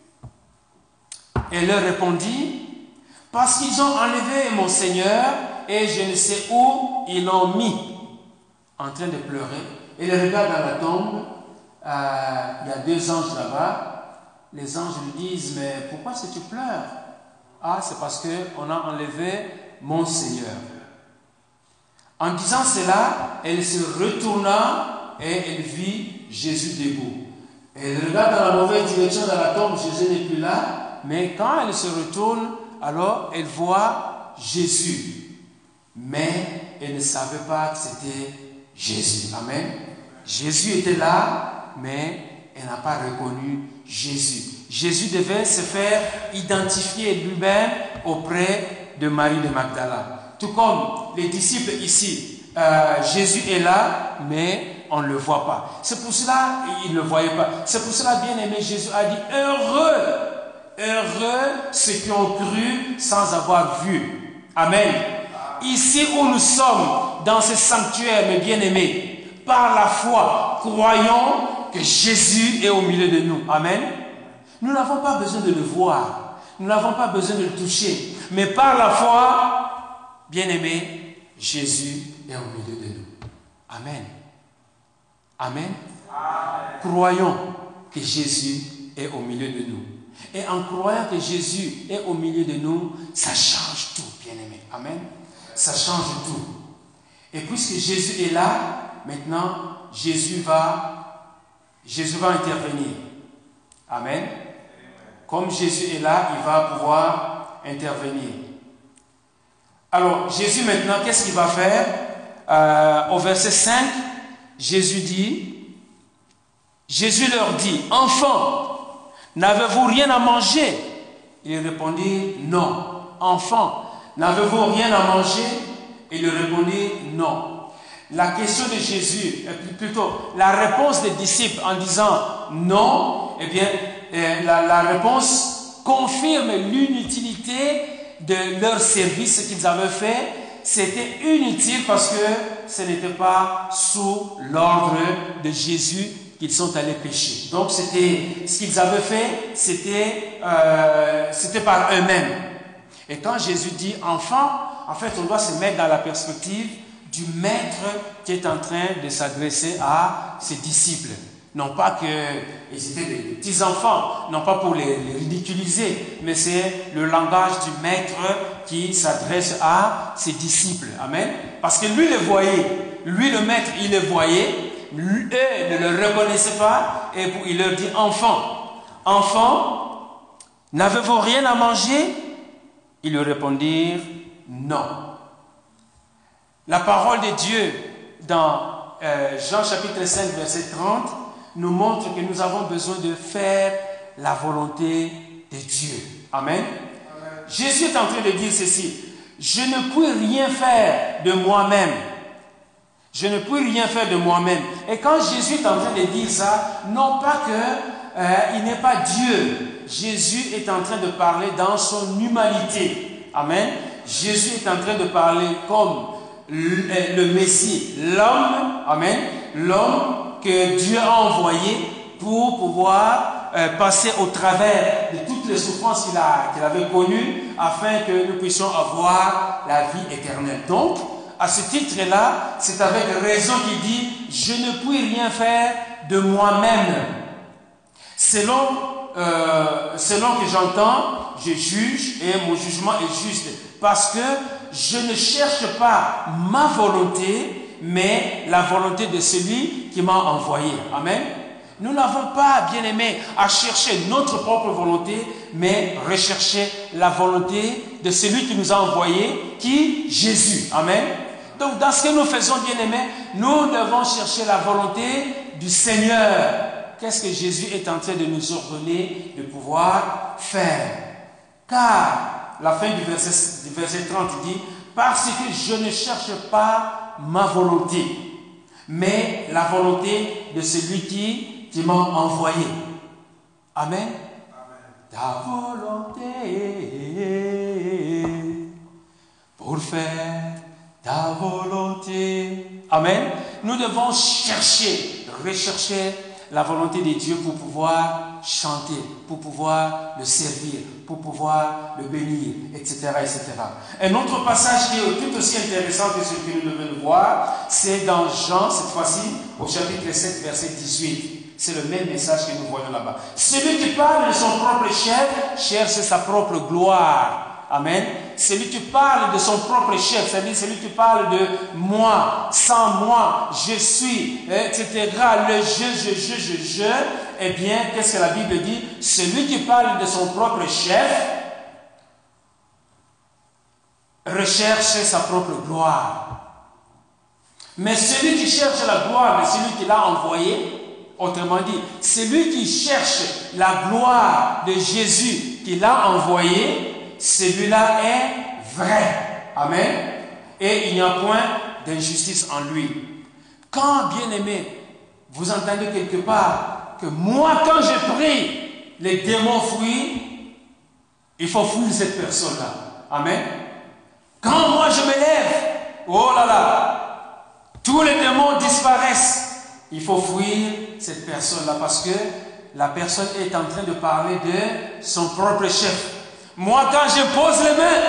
Elle leur répondit, parce qu'ils ont enlevé mon Seigneur et je ne sais où ils l'ont mis. En train de pleurer. Elle regarde dans la tombe. Euh, il y a deux anges là-bas. Les anges lui disent, mais pourquoi est-ce que tu pleures? Ah, c'est parce qu'on a enlevé mon Seigneur. En disant cela, elle se retourna et elle vit Jésus debout. Elle regarde dans la mauvaise direction dans la tombe, Jésus n'est plus là. Mais quand elle se retourne, alors elle voit Jésus. Mais elle ne savait pas que c'était Jésus. Amen. Jésus était là, mais elle n'a pas reconnu Jésus. Jésus devait se faire identifier lui-même auprès de Marie de Magdala. Tout comme les disciples ici, euh, Jésus est là, mais on ne le voit pas. C'est pour cela qu'ils ne le voyaient pas. C'est pour cela, bien aimé, Jésus a dit, heureux, heureux ceux qui ont cru sans avoir vu. Amen. Ici où nous sommes, dans ce sanctuaire, mes bien-aimés, par la foi, croyons que Jésus est au milieu de nous. Amen. Nous n'avons pas besoin de le voir. Nous n'avons pas besoin de le toucher. Mais par la foi, bien-aimés, Jésus est au milieu de nous. Amen. Amen. Amen. Croyons que Jésus est au milieu de nous. Et en croyant que Jésus est au milieu de nous, ça change tout, bien-aimés. Amen. Ça change tout. Et puisque Jésus est là, maintenant, Jésus va, Jésus va intervenir. Amen. Comme Jésus est là, il va pouvoir intervenir. Alors, Jésus maintenant, qu'est-ce qu'il va faire? euh, Au verset cinq, Jésus dit, Jésus leur dit, « Enfants, n'avez-vous rien à manger ?» Ils répondirent, « Non. » « Enfants, n'avez-vous rien à manger ?» Ils lui répondirent, « Non. » La question de Jésus, plutôt la réponse des disciples en disant « Non », eh bien, la, la réponse confirme l'inutilité de leur service qu'ils avaient fait. C'était inutile parce que ce n'était pas sous l'ordre de Jésus qu'ils sont allés pécher. Donc, c'était ce qu'ils avaient fait, c'était euh, c'était par eux-mêmes. Et quand Jésus dit « enfant », en fait, on doit se mettre dans la perspective du maître qui est en train de s'adresser à ses disciples. Non pas qu'ils étaient des petits-enfants, non pas pour les, les ridiculiser, mais c'est le langage du maître qui s'adresse à ses disciples. Amen. Parce que lui le voyait, lui le maître, il le voyait, eux ne le reconnaissaient pas, et il leur dit « enfants, enfants, n'avez-vous rien à manger ?» Ils lui répondirent « non ». La parole de Dieu dans euh, Jean chapitre cinq verset trente nous montre que nous avons besoin de faire la volonté de Dieu. Amen. Amen. Jésus est en train de dire ceci. Je ne puis rien faire de moi-même. Je ne puis rien faire de moi-même. Et quand Jésus est en train de dire ça, non pas que euh, il n'est pas Dieu. Jésus est en train de parler dans son humanité. Amen. Jésus est en train de parler comme le, le Messie, l'homme, amen, l'homme que Dieu a envoyé pour pouvoir euh, passé au travers de toutes les souffrances qu'il a, qu'il avait connues afin que nous puissions avoir la vie éternelle. Donc, à ce titre-là, c'est avec raison qu'il dit « Je ne puis rien faire de moi-même. Selon, euh, selon que j'entends, je juge et mon jugement est juste. Parce que je ne cherche pas ma volonté, mais la volonté de celui qui m'a envoyé. » Amen. Nous n'avons pas, bien aimé, à chercher notre propre volonté, mais rechercher la volonté de celui qui nous a envoyé, qui Jésus. Amen. Donc, dans ce que nous faisons, bien aimé, nous devons chercher la volonté du Seigneur. Qu'est-ce que Jésus est en train de nous ordonner de pouvoir faire? Car, la fin du verset, du verset trente dit, « Parce que je ne cherche pas ma volonté, mais la volonté de celui qui, qui m'a envoyé. » Amen. Amen. Ta volonté pour faire ta volonté. Amen. Nous devons chercher, rechercher la volonté de Dieu pour pouvoir chanter, pour pouvoir le servir, pour pouvoir le bénir, et cetera, et cetera. Un autre passage qui est tout aussi intéressant que ce que nous devons voir, c'est dans Jean, cette fois-ci, au chapitre sept, verset dix-huit. C'est le même message que nous voyons là-bas. Celui qui parle de son propre chef cherche sa propre gloire. Amen. Celui qui parle de son propre chef, c'est-à-dire celui qui parle de moi, sans moi, je suis, et cetera. Le je, je, je, je, je. Eh bien, qu'est-ce que la Bible dit? Celui qui parle de son propre chef recherche sa propre gloire. Mais celui qui cherche la gloire de celui qui l'a envoyé, autrement dit, celui qui cherche la gloire de Jésus qui l'a envoyé, celui-là est vrai. Amen. Et il n'y a point d'injustice en lui. Quand, bien aimé, vous entendez quelque part que moi, quand je prie, les démons fuient, il faut fuir cette personne-là. Amen. Quand moi je me lève, oh là là, tous les démons disparaissent. Il faut fuir cette personne-là parce que la personne est en train de parler de son propre chef. Moi, quand je pose les mains,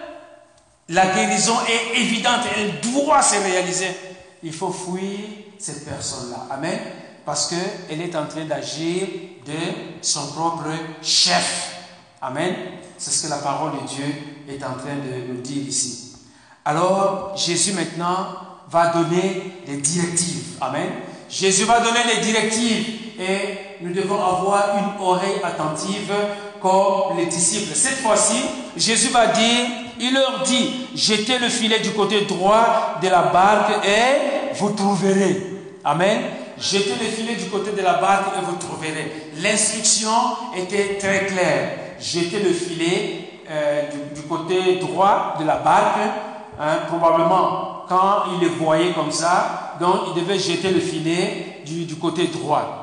la guérison est évidente, elle doit se réaliser. Il faut fuir cette personne-là. Amen. Parce qu'elle est en train d'agir de son propre chef. Amen. C'est ce que la parole de Dieu est en train de nous dire ici. Alors, Jésus maintenant va donner des directives. Amen. Jésus va donner des directives et nous devons avoir une oreille attentive comme les disciples. Cette fois-ci, Jésus va dire, il leur dit, jetez le filet du côté droit de la barque et vous trouverez. Amen. Jetez le filet du côté de la barque et vous trouverez. L'instruction était très claire. Jetez le filet euh, du, du côté droit de la barque. Hein, probablement, quand il le voyait comme ça, donc il devait jeter le filet du, du côté droit.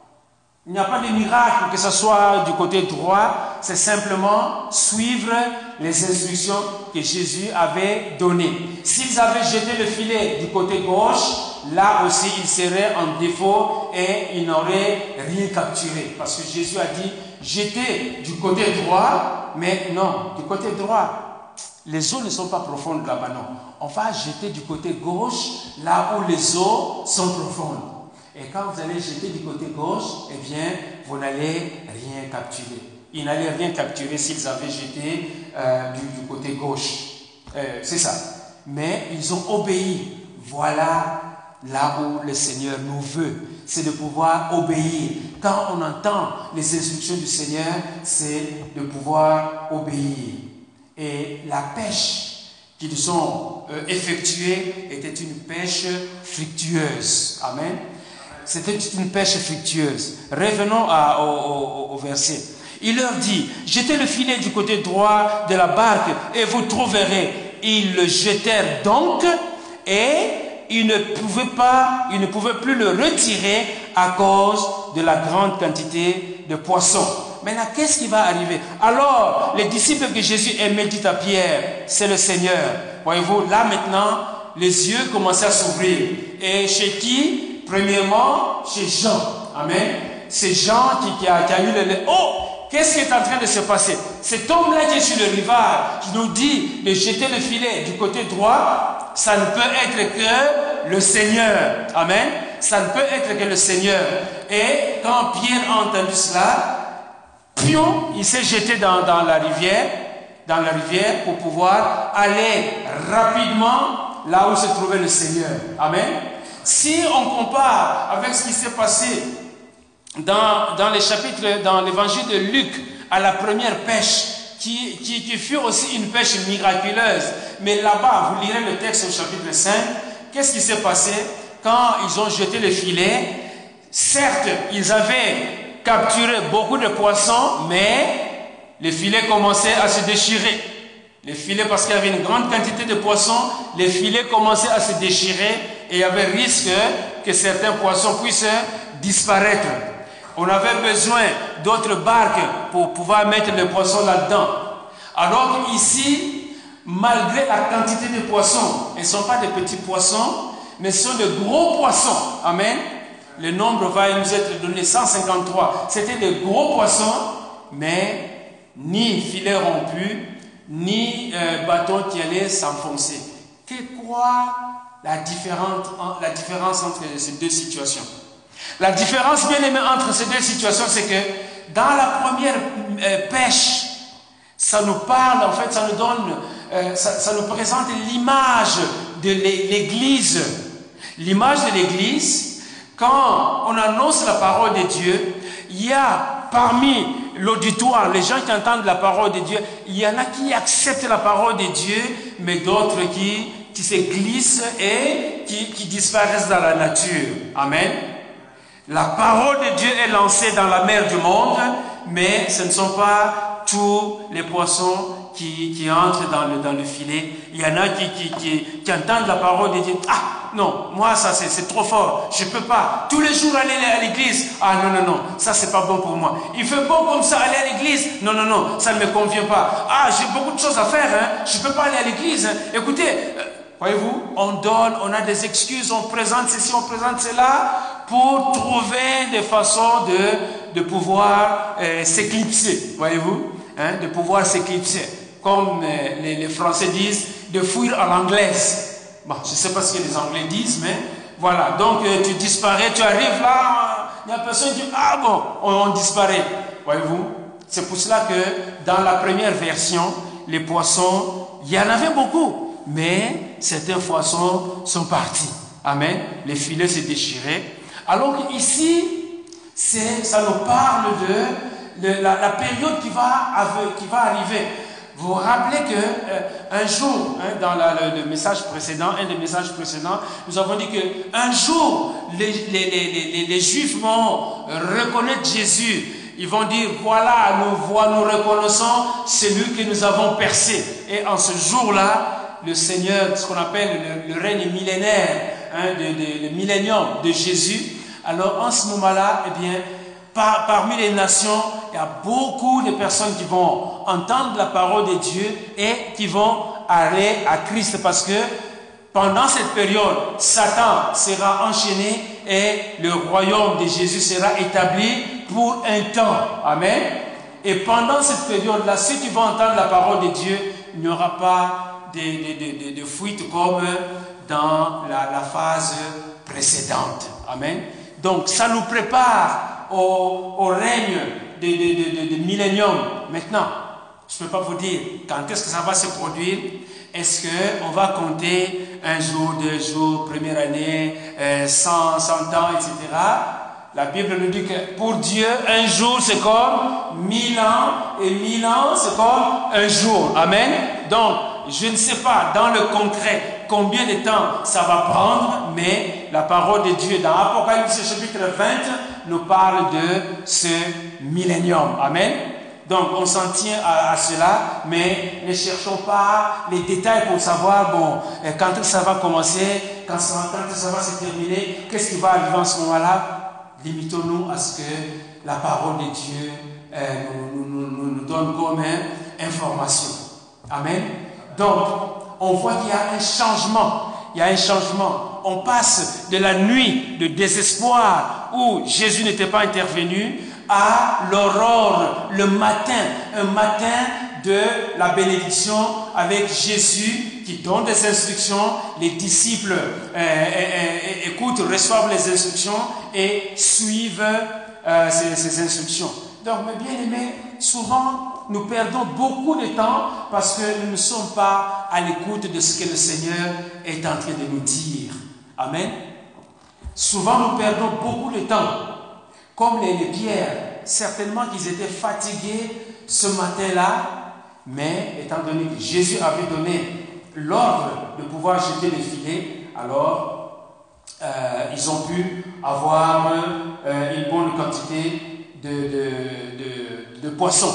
Il n'y a pas de miracle que ce soit du côté droit, c'est simplement suivre les instructions que Jésus avait données. S'ils avaient jeté le filet du côté gauche, là aussi ils seraient en défaut et ils n'auraient rien capturé. Parce que Jésus a dit, jetez du côté droit, mais non, du côté droit, les eaux ne sont pas profondes là-bas, non. On va jeter du côté gauche, là où les eaux sont profondes. Et quand vous allez jeter du côté gauche, eh bien, vous n'allez rien capturer. Ils n'allaient rien capturer s'ils avaient jeté euh, du, du côté gauche. Euh, c'est ça. Mais ils ont obéi. Voilà là où le Seigneur nous veut. C'est de pouvoir obéir. Quand on entend les instructions du Seigneur, c'est de pouvoir obéir. Et la pêche qu'ils ont euh, effectuée était une pêche fructueuse. Amen. C'était une pêche fructueuse. Revenons à, au, au, au verset. Il leur dit, jetez le filet du côté droit de la barque et vous trouverez. Ils le jetèrent donc et ils ne pouvaient pas, ils ne pouvaient plus le retirer à cause de la grande quantité de poissons. Maintenant, qu'est-ce qui va arriver? Alors, les disciples que Jésus aimait dit à Pierre, c'est le Seigneur. Voyez-vous, là maintenant, les yeux commençaient à s'ouvrir. Et chez qui? Premièrement, chez Jean. Amen. c'est Jean qui, qui, a, qui a eu le... Oh, qu'est-ce qui est en train de se passer? Cet homme-là qui est sur le rivage, qui nous dit de jeter le filet du côté droit, ça ne peut être que le Seigneur. Amen. Ça ne peut être que le Seigneur. Et quand Pierre a entendu cela, pion, il s'est jeté dans, dans la rivière, dans la rivière pour pouvoir aller rapidement là où se trouvait le Seigneur. Amen. Si on compare avec ce qui s'est passé dans, dans les chapitres, dans l'évangile de Luc, à la première pêche, qui, qui, qui fut aussi une pêche miraculeuse, mais là-bas, vous lirez le texte au chapitre cinq, qu'est-ce qui s'est passé quand ils ont jeté le filet? Certes, ils avaient capturé beaucoup de poissons, mais les filets commençaient à se déchirer. Les filets, parce qu'il y avait une grande quantité de poissons, les filets commençaient à se déchirer et il y avait risque que certains poissons puissent disparaître. On avait besoin d'autres barques pour pouvoir mettre les poissons là-dedans. Alors ici, malgré la quantité de poissons, ils ne sont pas des petits poissons, mais ce sont de gros poissons. Amen. Le nombre va nous être donné cent cinquante-trois. C'était des gros poissons, mais ni filet rompu, ni euh, bâton qui allait s'enfoncer. C'est quoi la différence, la différence entre ces deux situations? La différence, bien aimé, entre ces deux situations, c'est que dans la première euh, pêche, ça nous parle, en fait, ça nous donne, euh, ça, ça nous présente l'image de l'Église. L'image de l'Église, quand on annonce la parole de Dieu, il y a parmi l'auditoire, les gens qui entendent la parole de Dieu, il y en a qui acceptent la parole de Dieu, mais d'autres qui, qui se glissent et qui, qui disparaissent dans la nature. Amen. La parole de Dieu est lancée dans la mer du monde, mais ce ne sont pas tous les poissons qui, qui entrent dans le, dans le filet. Il y en a qui, qui, qui, qui entendent la parole de Dieu. Ah, non, moi ça c'est trop fort, je ne peux pas tous les jours aller à l'église. Ah non, non, non, ça c'est pas bon pour moi. Il fait beau comme ça aller à l'église. Non, non, non, ça ne me convient pas. Ah, j'ai beaucoup de choses à faire, hein. Je ne peux pas aller à l'église. Hein. Écoutez, euh, voyez-vous, on donne, on a des excuses, on présente ceci, on présente cela, pour trouver des façons de, de pouvoir euh, s'éclipser, voyez-vous, hein, de pouvoir s'éclipser, comme euh, les, les Français disent, de fuir à l'anglaise. Bon, je ne sais pas ce que les Anglais disent, mais voilà, donc euh, tu disparais, tu arrives là, il n'y a personne qui dit, ah bon, on, on disparaît, voyez-vous. C'est pour cela que dans la première version, les poissons, il y en avait beaucoup, mais certains poissons sont partis. Amen. Les filets se déchiraient. Alors qu'ici, ça nous parle de, de la, la période qui va, qui va arriver. Vous vous rappelez qu'un euh, jour, hein, dans la, le, le message précédent, un des messages précédents, nous avons dit qu'un jour, les, les, les, les, les Juifs vont reconnaître Jésus. Ils vont dire, voilà, nous, voyons, nous reconnaissons celui que nous avons percé. Et en ce jour-là, le Seigneur, ce qu'on appelle le, le règne millénaire, hein, de, de, le millénium de Jésus, alors en ce moment-là, eh bien, par, parmi les nations, il y a beaucoup de personnes qui vont entendre la parole de Dieu et qui vont aller à Christ, parce que pendant cette période, Satan sera enchaîné et le royaume de Jésus sera établi pour un temps. Amen. Et pendant cette période-là, ceux qui vont entendre la parole de Dieu, il n'y aura pas de, de, de, de fuite comme dans la, la phase précédente. Amen. Donc, ça nous prépare au, au règne de, de, de, de, de millénium. Maintenant, je ne peux pas vous dire quand est-ce que ça va se produire. Est-ce qu'on va compter un jour, deux jours, première année, euh, cent, cent ans, et cetera. La Bible nous dit que pour Dieu, un jour c'est comme mille ans, et mille ans c'est comme un jour. Amen. Donc, je ne sais pas dans le concret combien de temps ça va prendre, mais la parole de Dieu dans Apocalypse chapitre vingt nous parle de ce millénium. Amen. Donc on s'en tient à, à cela, mais ne cherchons pas les détails pour savoir, bon, quand ça va commencer, quand ça, quand ça va se terminer, qu'est-ce qui va arriver en ce moment-là. Limitons-nous à ce que la parole de Dieu euh, nous, nous, nous, nous donne comme information. Amen. Donc, on voit qu'il y a un changement. il y a un changement. On passe de la nuit de désespoir où Jésus n'était pas intervenu à l'aurore, le matin, un matin de la bénédiction avec Jésus qui donne des instructions, les disciples euh, euh, écoutent, reçoivent les instructions et suivent euh, ces, ces instructions. Donc, mes bien-aimés, souvent nous perdons beaucoup de temps parce que nous ne sommes pas à l'écoute de ce que le Seigneur est en train de nous dire. Amen. Souvent nous perdons beaucoup de temps, comme les, les pierres. Certainement qu'ils étaient fatigués ce matin-là, mais étant donné que Jésus avait donné l'ordre de pouvoir jeter les filets, alors euh, ils ont pu avoir euh, une bonne quantité de, de, de, de poissons.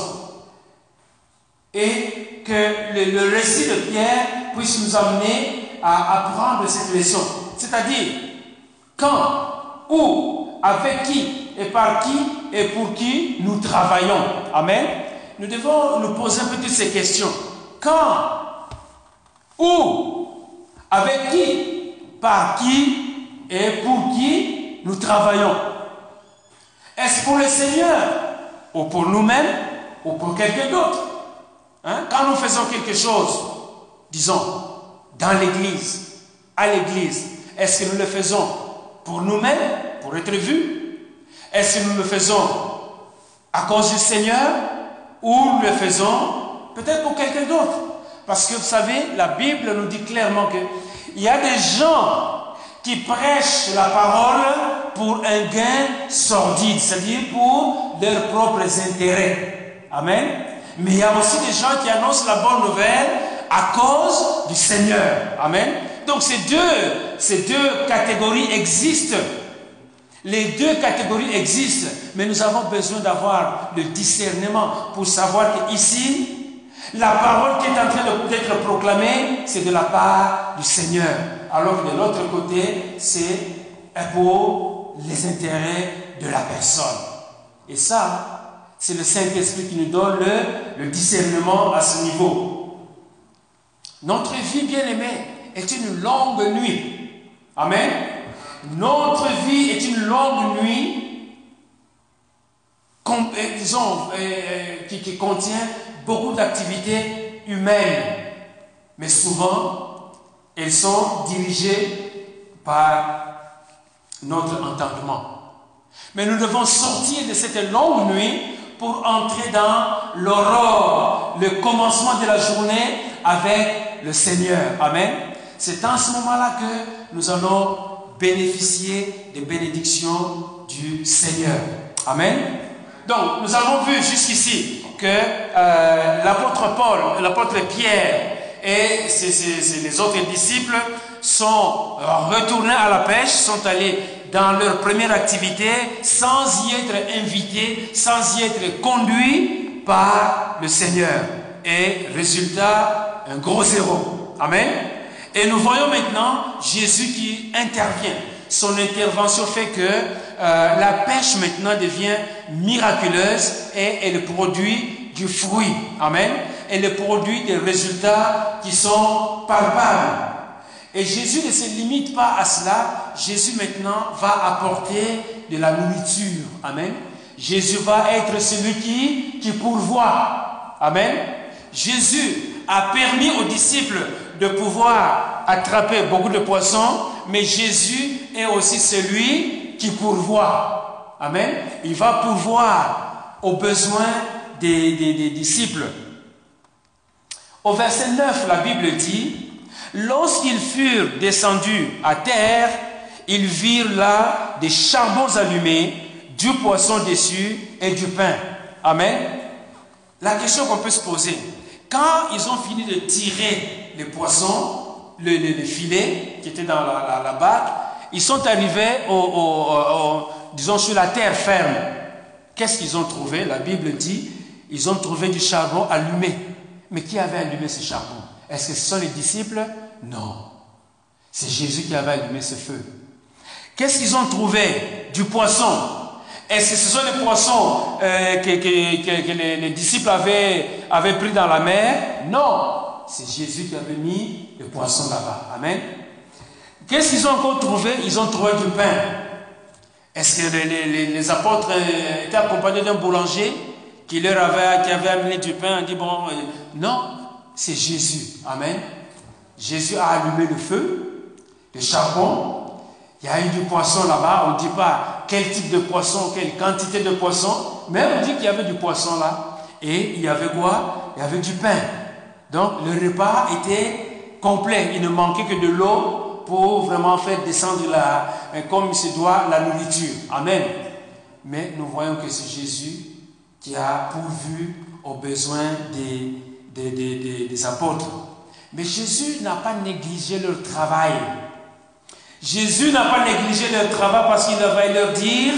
Et que le, le récit de Pierre puisse nous amener à apprendre cette leçon. C'est-à-dire, quand, où, avec qui et par qui et pour qui nous travaillons. Amen. Nous devons nous poser un peu toutes ces questions. Quand, où, avec qui, par qui et pour qui nous travaillons. Est-ce pour le Seigneur ou pour nous-mêmes ou pour quelqu'un d'autre? Hein? Quand nous faisons quelque chose, disons, dans l'église, à l'église, est-ce que nous le faisons pour nous-mêmes, pour être vus? Est-ce que nous le faisons à cause du Seigneur ou nous le faisons peut-être pour quelqu'un d'autre? Parce que vous savez, la Bible nous dit clairement qu'il y a des gens qui prêchent la parole pour un gain sordide, c'est-à-dire pour leurs propres intérêts. Amen. Mais il y a aussi des gens qui annoncent la bonne nouvelle à cause du Seigneur. Amen. Donc ces deux, ces deux catégories existent. Les deux catégories existent, mais nous avons besoin d'avoir le discernement pour savoir qu'ici, la parole qui est en train d'être proclamée, c'est de la part du Seigneur. Alors que de l'autre côté, c'est pour les intérêts de la personne. Et ça, c'est le Saint-Esprit qui nous donne le, le discernement à ce niveau. Notre vie, bien-aimée, est une longue nuit. Amen. Notre vie est une longue nuit, com, euh, disons, euh, qui, qui contient beaucoup d'activités humaines. Mais souvent, elles sont dirigées par notre entendement. Mais nous devons sortir de cette longue nuit pour entrer dans l'aurore, le commencement de la journée avec le Seigneur. Amen. C'est en ce moment-là que nous allons bénéficier des bénédictions du Seigneur. Amen. Donc, nous avons vu jusqu'ici que euh, l'apôtre Paul, l'apôtre Pierre et ses, ses, ses, les autres disciples sont retournés à la pêche, sont allés dans leur première activité sans y être invités, sans y être conduits par le Seigneur. Et résultat, un gros zéro. Amen. Et nous voyons maintenant Jésus qui intervient. Son intervention fait que euh, la pêche maintenant devient miraculeuse et elle produit du fruit. Amen. Elle produit des résultats qui sont palpables. Et Jésus ne se limite pas à cela. Jésus maintenant va apporter de la nourriture. Amen. Jésus va être celui qui, qui pourvoit. Amen. Jésus a permis aux disciples de pouvoir attraper beaucoup de poissons, mais Jésus est aussi celui qui pourvoit. Amen. Il va pourvoir aux besoins des, des, des disciples. Au verset neuf, la Bible dit: lorsqu'ils furent descendus à terre, ils virent là des charbons allumés, du poisson dessus et du pain. Amen. La question qu'on peut se poser, quand ils ont fini de tirer les poissons, le, le, le filet qui était dans la, la, la barque, ils sont arrivés au, au, au, disons sur la terre ferme. Qu'est-ce qu'ils ont trouvé? La Bible dit, ils ont trouvé du charbon allumé. Mais qui avait allumé ce charbon? Est-ce que ce sont les disciples? Non. C'est Jésus qui avait allumé ce feu. Qu'est-ce qu'ils ont trouvé? Du poisson. Est-ce que ce sont les poissons euh, que, que, que, que les, les disciples avaient, avaient pris dans la mer? Non. C'est Jésus qui avait mis le poisson là-bas. Amen. Qu'est-ce qu'ils ont encore trouvé? Ils ont trouvé du pain. Est-ce que les, les, les apôtres étaient accompagnés d'un boulanger qui leur avait, qui avait amené du pain? On dit bon, euh, non, c'est Jésus. Amen. Jésus a allumé le feu, le charbon. Il y a eu du poisson là-bas. On ne dit pas quel type de poisson, quelle quantité de poisson, mais on dit qu'il y avait du poisson là. Et il y avait quoi? Il y avait du pain. Donc le repas était complet. Il ne manquait que de l'eau pour vraiment faire descendre la, comme il se doit la nourriture. Amen. Mais nous voyons que c'est Jésus qui a pourvu aux besoins des, des, des, des, des apôtres. Mais Jésus n'a pas négligé leur travail. Jésus n'a pas négligé leur travail parce qu'il va leur dire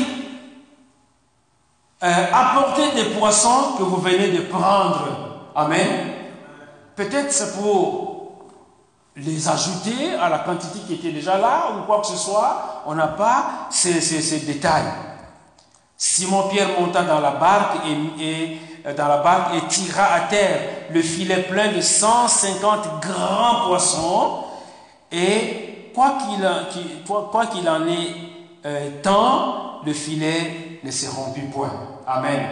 euh, apportez des poissons que vous venez de prendre. Amen. Peut-être c'est pour les ajouter à la quantité qui était déjà là ou quoi que ce soit. On n'a pas ces, ces, ces détails. Simon-Pierre monta dans la barque et, et dans la barque et tira à terre le filet plein de cent cinquante grands poissons. Et quoi qu'il quoi, quoi qu'il en ait euh, tant, le filet ne se rompit point. Amen.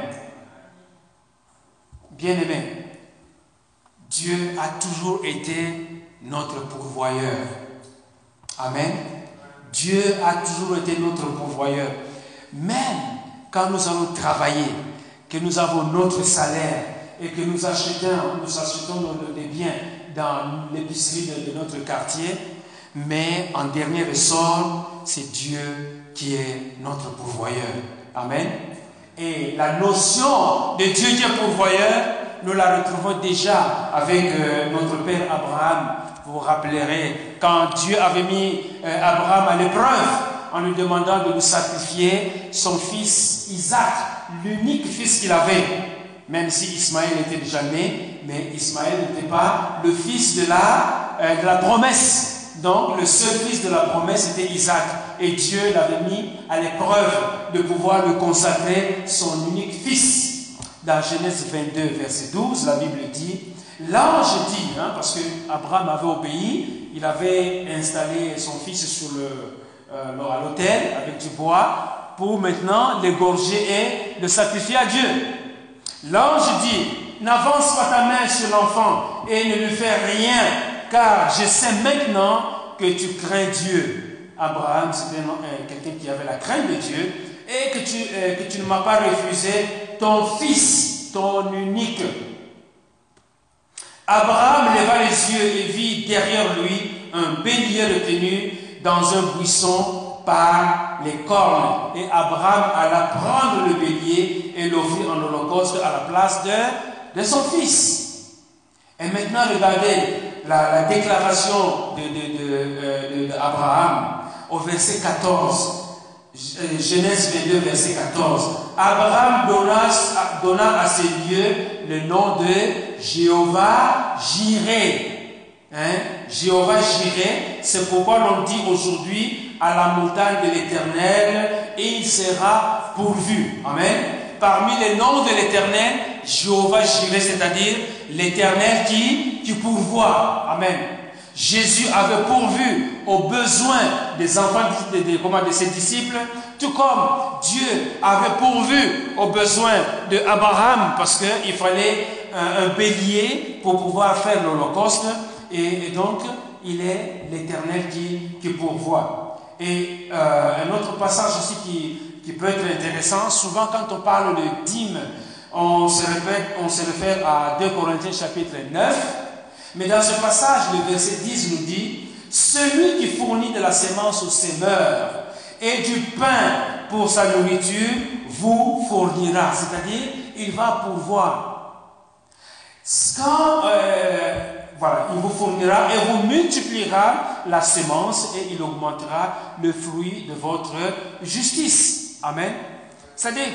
Bien-aimés, Dieu a toujours été notre pourvoyeur. Amen. Dieu a toujours été notre pourvoyeur. Même quand nous allons travailler, que nous avons notre salaire et que nous achetons, nous achetons des biens dans l'épicerie de, de notre quartier, mais en dernier ressort, c'est Dieu qui est notre pourvoyeur. Amen. Et la notion de Dieu qui est pourvoyeur, nous la retrouvons déjà avec euh, notre père Abraham. Vous vous rappellerez, quand Dieu avait mis euh, Abraham à l'épreuve, en lui demandant de lui sacrifier son fils Isaac, l'unique fils qu'il avait, même si Ismaël était déjà né, mais Ismaël n'était pas le fils de la, euh, de la promesse. Donc le seul fils de la promesse était Isaac, et Dieu l'avait mis à l'épreuve de pouvoir lui consacrer son unique fils. Dans Genèse vingt-deux, verset douze, la Bible dit, l'ange dit, hein, parce que Abraham avait obéi, il avait installé son fils sur le Euh, à l'autel avec du bois pour maintenant l'égorger et le sacrifier à Dieu. L'ange dit, n'avance pas ta main sur l'enfant et ne lui fais rien, car je sais maintenant que tu crains Dieu. Abraham, c'était euh, quelqu'un qui avait la crainte de Dieu, et que tu, euh, que tu ne m'as pas refusé ton fils, ton unique. Abraham leva les yeux et vit derrière lui un bélier retenu dans un buisson par les cornes. Et Abraham alla prendre le bélier et l'offrir en holocauste à la place de, de son fils. Et maintenant, regardez la, la déclaration de, de, de, de, de Abraham au verset quatorze. Genèse vingt-deux, verset quatorze. Abraham donna, donna à ces lieux le nom de Jéhovah Jireh. Hein? Jéhovah Jireh, c'est pourquoi l'on dit aujourd'hui à la montagne de l'Éternel et il sera pourvu. Amen. Parmi les noms de l'Éternel, Jéhovah Jireh, c'est-à-dire l'Éternel qui, qui pourvoit. Amen. Jésus avait pourvu aux besoins des enfants de, de, de, de ses disciples, tout comme Dieu avait pourvu aux besoins d'Abraham, parce qu'il fallait un, un bélier pour pouvoir faire l'Holocauste. Et, et donc, il est l'Éternel qui, qui pourvoit. Et euh, un autre passage aussi qui, qui peut être intéressant, souvent quand on parle de dîmes, on se, répète, on se réfère à deux Corinthiens chapitre neuf, mais dans ce passage, le verset dix nous dit, « Celui qui fournit de la sémence au semeur et du pain pour sa nourriture, vous fournira. » C'est-à-dire, il va pourvoir. Quand... Euh, Voilà, il vous fournira et vous multipliera la sémence et il augmentera le fruit de votre justice. Amen. C'est-à-dire,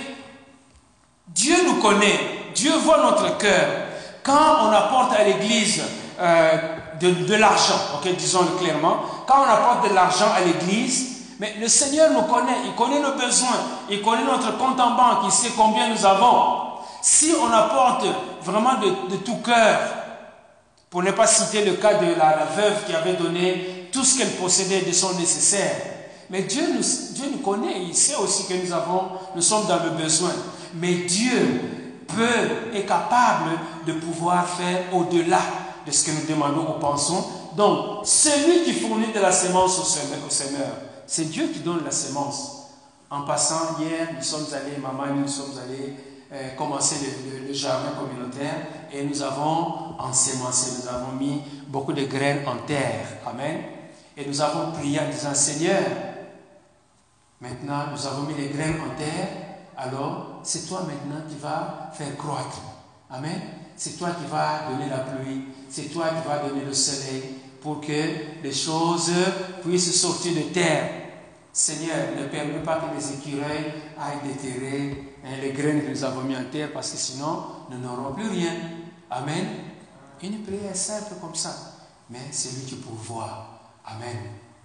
Dieu nous connaît, Dieu voit notre cœur. Quand on apporte à l'église euh, de, de l'argent, ok, disons-le clairement, quand on apporte de l'argent à l'église, mais le Seigneur nous connaît, il connaît nos besoins, il connaît notre compte en banque, il sait combien nous avons. Si on apporte vraiment de, de tout cœur, pour ne pas citer le cas de la, la veuve qui avait donné tout ce qu'elle possédait de son nécessaire. Mais Dieu nous, Dieu nous connaît, il sait aussi que nous, avons, nous sommes dans le besoin. Mais Dieu peut, est capable de pouvoir faire au-delà de ce que nous demandons ou pensons. Donc, celui qui fournit de la semence au semeur, au semeur, c'est Dieu qui donne la semence. En passant, hier, nous sommes allés, maman, nous sommes allés euh, commencer le, le, le jardin communautaire et nous avons ensemencé, nous avons mis beaucoup de graines en terre. Amen. Et nous avons prié en disant, Seigneur, maintenant, nous avons mis les graines en terre, alors c'est toi maintenant qui vas faire croître. Amen. C'est toi qui vas donner la pluie, c'est toi qui vas donner le soleil pour que les choses puissent sortir de terre. Seigneur, ne permets pas que les écureuils aillent déterrer hein, les graines que nous avons mis en terre parce que sinon, nous n'aurons plus rien. Amen. Une prière simple comme ça, mais c'est lui qui pourvoit. Amen.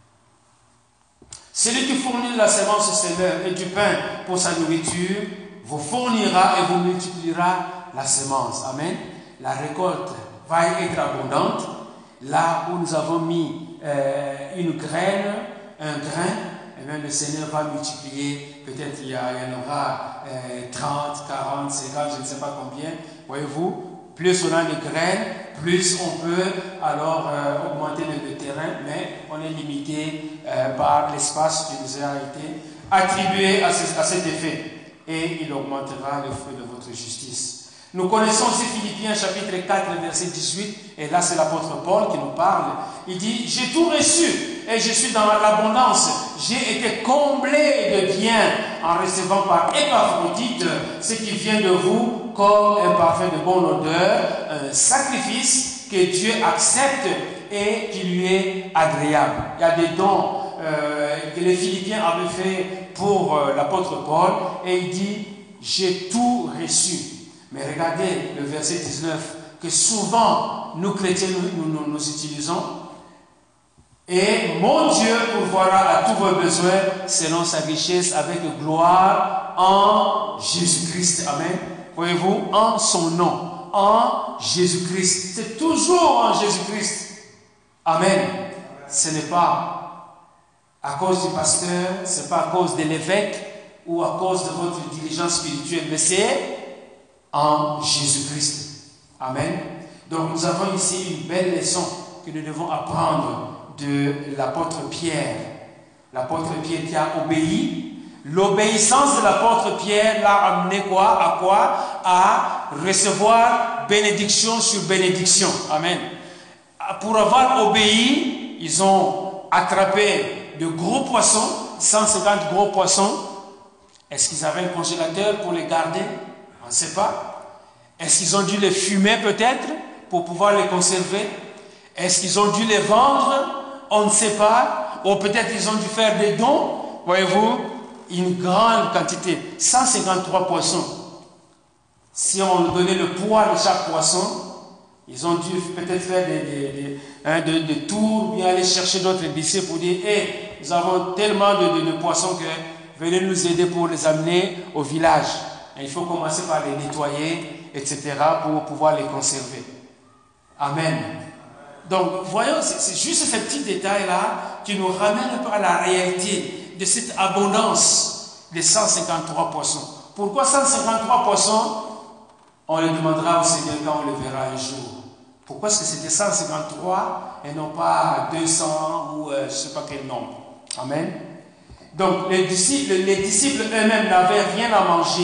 Celui qui fournit la semence au semeur et du pain pour sa nourriture vous fournira et vous multipliera la semence. Amen. La récolte va être abondante. Là où nous avons mis euh, une graine, un grain, eh bien, le Seigneur va multiplier. Peut-être il y, a, il y en aura euh, trente, quarante, cinquante, je ne sais pas combien. Voyez-vous, plus on a de graines, plus on peut alors euh, augmenter le, le terrain, mais on est limité euh, par l'espace qui nous a été attribué à, ce, à cet effet. Et il augmentera le fruit de votre justice. Nous connaissons aussi Philippiens chapitre quatre, verset dix-huit, et là c'est l'apôtre Paul qui nous parle. Il dit, j'ai tout reçu et je suis dans l'abondance. J'ai été comblé de bien en recevant par Épaphrodite ce qui vient de vous comme un parfum de bonne odeur, un sacrifice que Dieu accepte et qui lui est agréable. Il y a des dons euh, que les Philippiens avaient fait pour euh, l'apôtre Paul et il dit, j'ai tout reçu. Mais regardez le verset dix-neuf, que souvent nous chrétiens nous, nous, nous, nous utilisons. Et mon Dieu pourvoira à tous vos besoins selon sa richesse avec gloire en Jésus-Christ. Amen. Voyez-vous, en son nom, en Jésus-Christ. C'est toujours en Jésus-Christ. Amen. Ce n'est pas à cause du pasteur, ce n'est pas à cause de l'évêque ou à cause de votre diligence spirituelle, mais c'est en Jésus-Christ. Amen. Donc nous avons ici une belle leçon que nous devons apprendre de l'apôtre Pierre. L'apôtre Pierre qui a obéi. L'obéissance de l'apôtre Pierre l'a amené quoi? À quoi? À recevoir bénédiction sur bénédiction. Amen. Pour avoir obéi, ils ont attrapé de gros poissons, cent cinquante gros poissons. Est-ce qu'ils avaient un congélateur pour les garder? On ne sait pas. Est-ce qu'ils ont dû les fumer peut-être pour pouvoir les conserver? Est-ce qu'ils ont dû les vendre? On ne sait pas. Ou peut-être ils ont dû faire des dons. Voyez-vous, une grande quantité. cent cinquante-trois poissons. Si on donnait le poids de chaque poisson, ils ont dû peut-être faire des, des, des, hein, des, des tours, bien aller chercher d'autres lycées pour dire, hey, nous avons tellement de, de, de poissons que venez nous aider pour les amener au village. Il faut commencer par les nettoyer, et cetera, pour pouvoir les conserver. Amen. Donc, voyons, c'est juste ces petits détails-là qui nous ramènent un peu à la réalité de cette abondance des cent cinquante-trois poissons. Pourquoi cent cinquante-trois poissons? On les demandera au Seigneur quand on les verra un jour. Pourquoi est-ce que c'était cent cinquante-trois et non pas deux cents ou euh, je ne sais pas quel nombre? Amen. Donc, les disciples, les disciples eux-mêmes n'avaient rien à manger.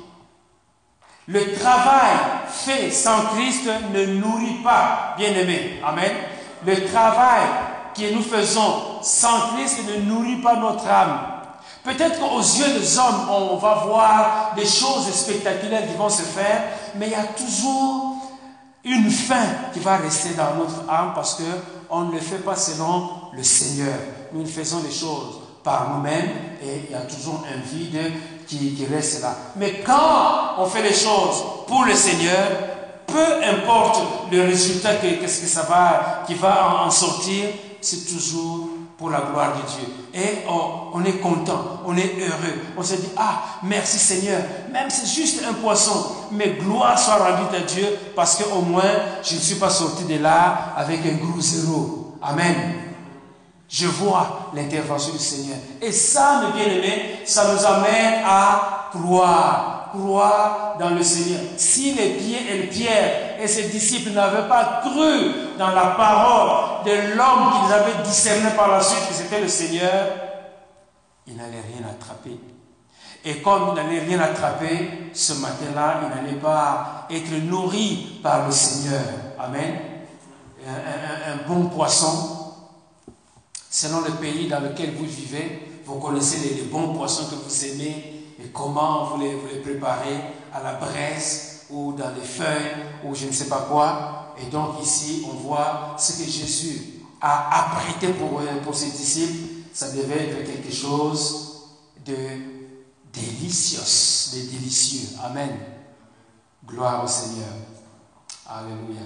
Le travail fait sans Christ ne nourrit pas, bien-aimé. Amen. Le travail que nous faisons sans Christ ne nourrit pas notre âme. Peut-être qu'aux yeux des hommes, on va voir des choses spectaculaires qui vont se faire, mais il y a toujours une faim qui va rester dans notre âme parce qu'on ne le fait pas selon le Seigneur. Nous faisons les choses par nous-mêmes et il y a toujours un vide qui, qui reste là. Mais quand on fait les choses pour le Seigneur, peu importe le résultat, qu'est-ce que ça va, qui va en, en sortir, c'est toujours pour la gloire de Dieu. Et on, on est content, on est heureux. On se dit, ah, merci Seigneur, même si c'est juste un poisson, mais gloire soit rendue à Dieu, parce qu'au moins, je ne suis pas sorti de là avec un gros zéro. Amen. Je vois l'intervention du Seigneur. Et ça, mes bien-aimés, ça nous amène à croire. Croire dans le Seigneur. Si les pieds et les pierres et ses disciples n'avaient pas cru dans la parole de l'homme qu'ils avaient discerné par la suite que c'était le Seigneur, ils n'allaient rien attraper. Et comme ils n'allaient rien attraper, ce matin-là, ils n'allaient pas être nourris par le Seigneur. Amen. Un, un, un bon poisson, selon le pays dans lequel vous vivez, vous connaissez les, les bons poissons que vous aimez et comment vous les, vous les préparez à la braise ou dans les feuilles ou je ne sais pas quoi. Et donc ici, on voit ce que Jésus a apprêté pour, pour ses disciples. Ça devait être quelque chose de délicieux, de délicieux. Amen. Gloire au Seigneur. Alléluia.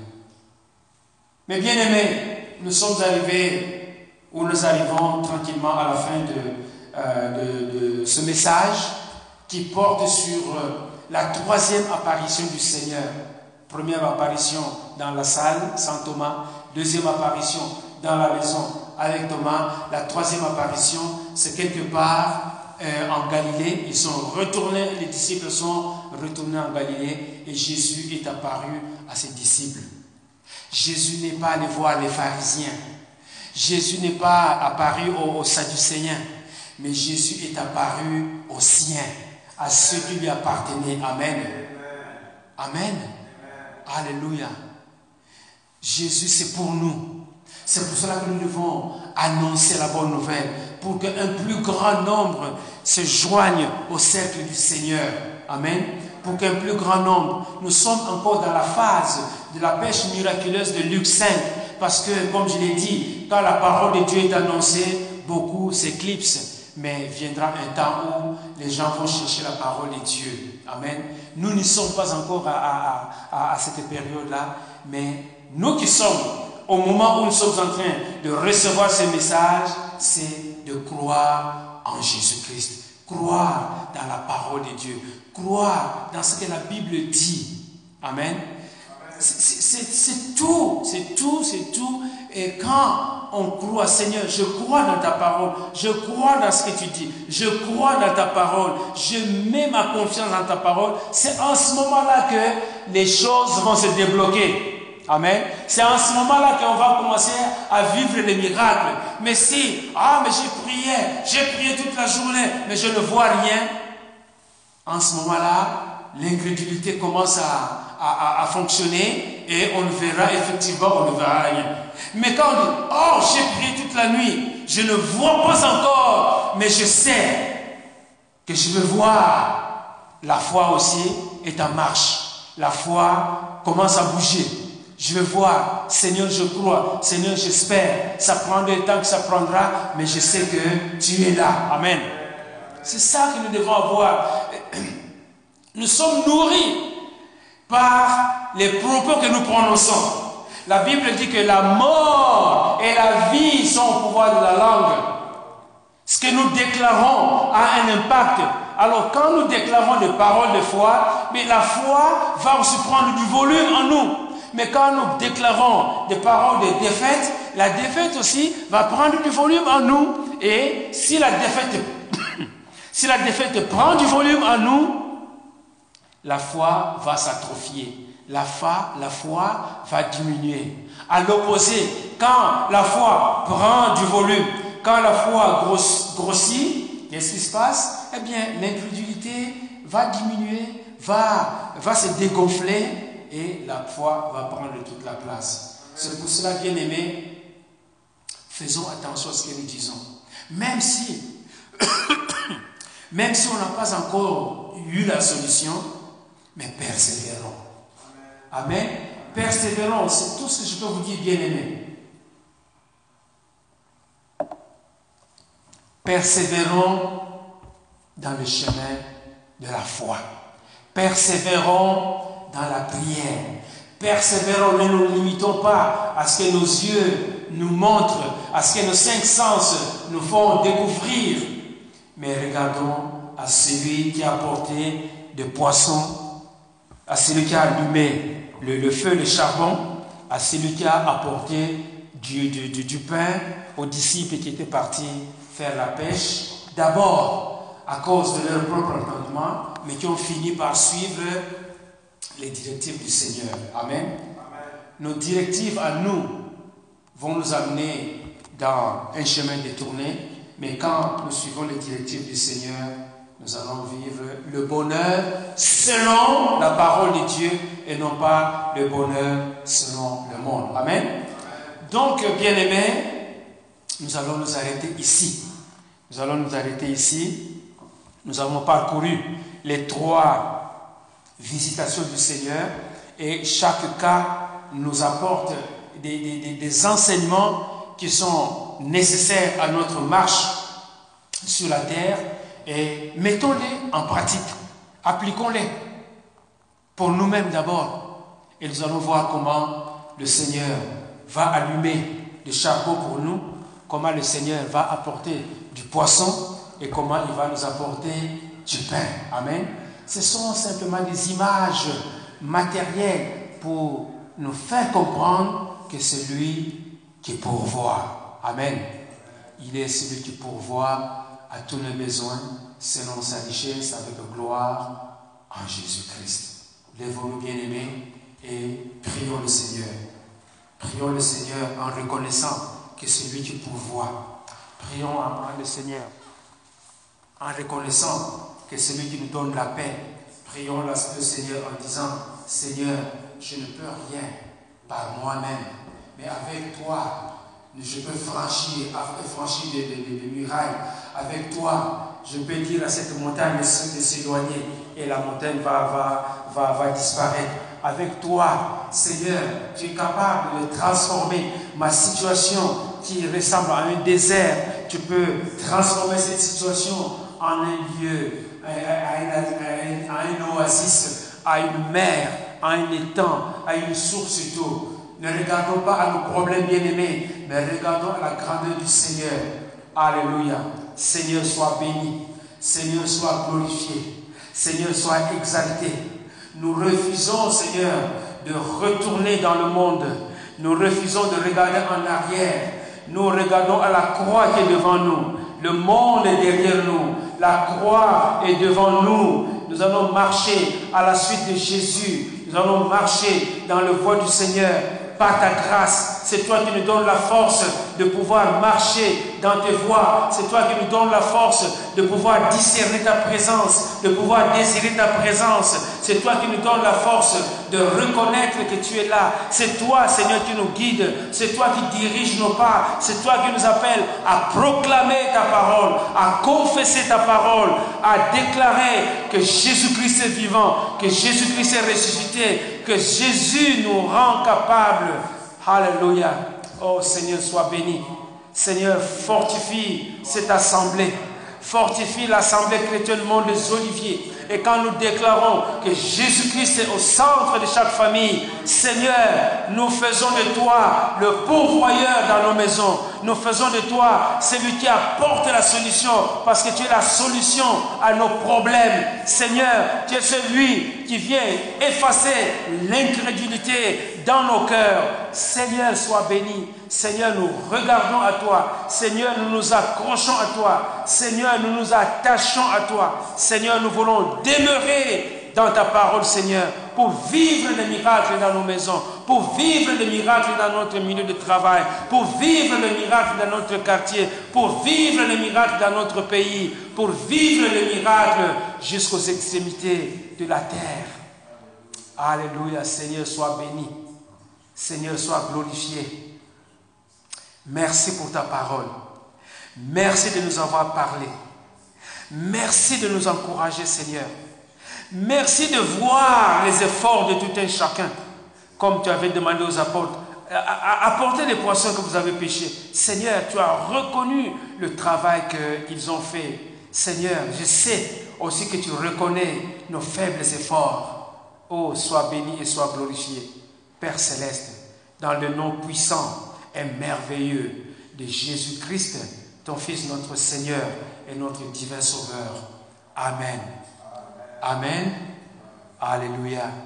Mais bien aimés, nous sommes arrivés, ou nous arrivons tranquillement à la fin de, euh, de, de ce message qui porte sur euh, la troisième apparition du Seigneur. Première apparition dans la salle, sans Thomas. Deuxième apparition dans la maison avec Thomas. La troisième apparition, c'est quelque part euh, en Galilée. Ils sont retournés, les disciples sont retournés en Galilée et Jésus est apparu à ses disciples. Jésus n'est pas allé voir les pharisiens. Jésus n'est pas apparu aux, aux Sadducéens, mais Jésus est apparu aux siens, à ceux qui lui appartenaient. Amen. Amen. Alléluia. Jésus, c'est pour nous. C'est pour cela que nous devons annoncer la bonne nouvelle, pour qu'un plus grand nombre se joigne au cercle du Seigneur. Amen. Pour qu'un plus grand nombre, nous sommes encore dans la phase de la pêche miraculeuse de Luc cinq, parce que, comme je l'ai dit, quand la parole de Dieu est annoncée, beaucoup s'éclipsent. Mais viendra un temps où les gens vont chercher la parole de Dieu. Amen. Nous n'y sommes pas encore à, à, à, à cette période-là, mais nous qui sommes au moment où nous sommes en train de recevoir ce message, c'est de croire en Jésus-Christ. Croire dans la parole de Dieu. Croire dans ce que la Bible dit. Amen. C'est tout, c'est tout, c'est tout. Et quand on croit, Seigneur, je crois dans ta parole, je crois dans ce que tu dis, je crois dans ta parole, je mets ma confiance dans ta parole, c'est en ce moment-là que les choses vont se débloquer. Amen. C'est en ce moment-là qu'on va commencer à vivre les miracles. Mais si, ah, mais j'ai prié, j'ai prié toute la journée, mais je ne vois rien. En ce moment-là, l'incrédulité commence à À, à, à fonctionner et on verra effectivement, on ne verra rien. Mais quand on dit, oh, j'ai prié toute la nuit, je ne vois pas encore, mais je sais que je veux voir. La foi aussi est en marche. La foi commence à bouger. Je veux voir, Seigneur, je crois, Seigneur, j'espère. Ça prendra le temps que ça prendra, mais je sais que tu es là. Amen. C'est ça que nous devons avoir. Nous sommes nourris par les propos que nous prononçons. La Bible dit que la mort et la vie sont au pouvoir de la langue. Ce que nous déclarons a un impact. Alors quand nous déclarons des paroles de foi, mais la foi va aussi prendre du volume en nous. Mais quand nous déclarons des paroles de défaite, la défaite aussi va prendre du volume en nous. Et si la défaite, si la défaite prend du volume en nous, la foi va s'atrophier. La foi, la foi va diminuer. À l'opposé, quand la foi prend du volume, quand la foi gross, grossit, qu'est-ce qui se passe? Eh bien, l'incrédulité va diminuer, va, va se dégonfler et la foi va prendre toute la place. C'est pour cela, bien aimés, faisons attention à ce que nous disons. Même si, même si on n'a pas encore eu la solution, mais persévérons. Amen. Persévérons, c'est tout ce que je peux vous dire, bien aimé. Persévérons dans le chemin de la foi. Persévérons dans la prière. Persévérons, ne nous limitons pas à ce que nos yeux nous montrent, à ce que nos cinq sens nous font découvrir. Mais regardons à celui qui a apporté des poissons, à celui qui a allumé le, le feu, le charbon, à celui qui a apporté du, du, du, du pain aux disciples qui étaient partis faire la pêche, d'abord à cause de leur propre entendement, mais qui ont fini par suivre les directives du Seigneur. Amen. Amen. Nos directives à nous vont nous amener dans un chemin détourné, mais quand nous suivons les directives du Seigneur, nous allons vivre le bonheur selon la parole de Dieu et non pas le bonheur selon le monde. Amen. Donc, bien-aimés, nous allons nous arrêter ici. Nous allons nous arrêter ici. Nous avons parcouru les trois visitations du Seigneur et chaque cas nous apporte des, des, des enseignements qui sont nécessaires à notre marche sur la terre et mettons-les en pratique, appliquons-les pour nous-mêmes d'abord et nous allons voir comment le Seigneur va allumer le chapeau pour nous, comment le Seigneur va apporter du poisson et comment il va nous apporter du pain. Amen. Ce sont simplement des images matérielles pour nous faire comprendre que c'est lui qui pourvoit. Amen. Il est celui qui pourvoit à tous nos besoins selon sa richesse avec gloire en Jésus-Christ. Lèvons-nous bien-aimés et prions le Seigneur. Prions le Seigneur en reconnaissant que c'est lui qui pourvoit. Prions le Seigneur en reconnaissant que c'est lui qui nous donne la paix. Prions le Seigneur en disant, Seigneur, je ne peux rien par moi-même, mais avec toi, je peux franchir, franchir des, des, des murailles. Avec toi, je peux dire à cette montagne de s'éloigner et la montagne va, va, va, va disparaître. Avec toi, Seigneur, tu es capable de transformer ma situation qui ressemble à un désert. Tu peux transformer cette situation en un lieu, à, à, à, à un oasis, à une mer, à un étang, à une source d'eau. Ne regardons pas à nos problèmes bien-aimés, mais regardons à la grandeur du Seigneur. Alléluia. Seigneur, sois béni. Seigneur, sois glorifié. Seigneur, sois exalté. Nous refusons, Seigneur, de retourner dans le monde. Nous refusons de regarder en arrière. Nous regardons à la croix qui est devant nous. Le monde est derrière nous. La croix est devant nous. Nous allons marcher à la suite de Jésus. Nous allons marcher dans le voie du Seigneur. Par ta grâce, c'est toi qui nous donnes la force de pouvoir marcher dans tes voies. C'est toi qui nous donnes la force de pouvoir discerner ta présence, de pouvoir désirer ta présence. C'est toi qui nous donnes la force de reconnaître que tu es là. C'est toi, Seigneur, qui nous guide. C'est toi qui dirige nos pas. C'est toi qui nous appelles à proclamer ta parole, à confesser ta parole, à déclarer que Jésus-Christ est vivant, que Jésus-Christ est ressuscité, que Jésus nous rend capables. Alléluia. Oh Seigneur, sois béni. Seigneur, fortifie cette assemblée. Fortifie l'assemblée chrétienne monde des Oliviers. Et quand nous déclarons que Jésus-Christ est au centre de chaque famille, Seigneur, nous faisons de toi le pourvoyeur dans nos maisons. Nous faisons de toi celui qui apporte la solution, parce que tu es la solution à nos problèmes. Seigneur, tu es celui qui vient effacer l'incrédulité dans nos cœurs. Seigneur, sois béni. Seigneur, nous regardons à toi. Seigneur, nous nous accrochons à toi. Seigneur, nous nous attachons à toi. Seigneur, nous voulons demeurer dans ta parole, Seigneur, pour vivre les miracles dans nos maisons, pour vivre les miracles dans notre milieu de travail, pour vivre les miracles dans notre quartier, pour vivre les miracles dans notre pays, pour vivre les miracles jusqu'aux extrémités de la terre. Alléluia, Seigneur, sois béni. Seigneur, sois glorifié. Merci pour ta parole. Merci de nous avoir parlé. Merci de nous encourager, Seigneur. Merci de voir les efforts de tout un chacun. Comme tu avais demandé aux apôtres, apportez les poissons que vous avez pêchés. Seigneur, tu as reconnu le travail qu'ils ont fait. Seigneur, je sais aussi que tu reconnais nos faibles efforts. Oh, sois béni et sois glorifié. Père Céleste, dans le nom puissant et merveilleux de Jésus-Christ, ton Fils, notre Seigneur et notre divin Sauveur. Amen. Amen. Alléluia.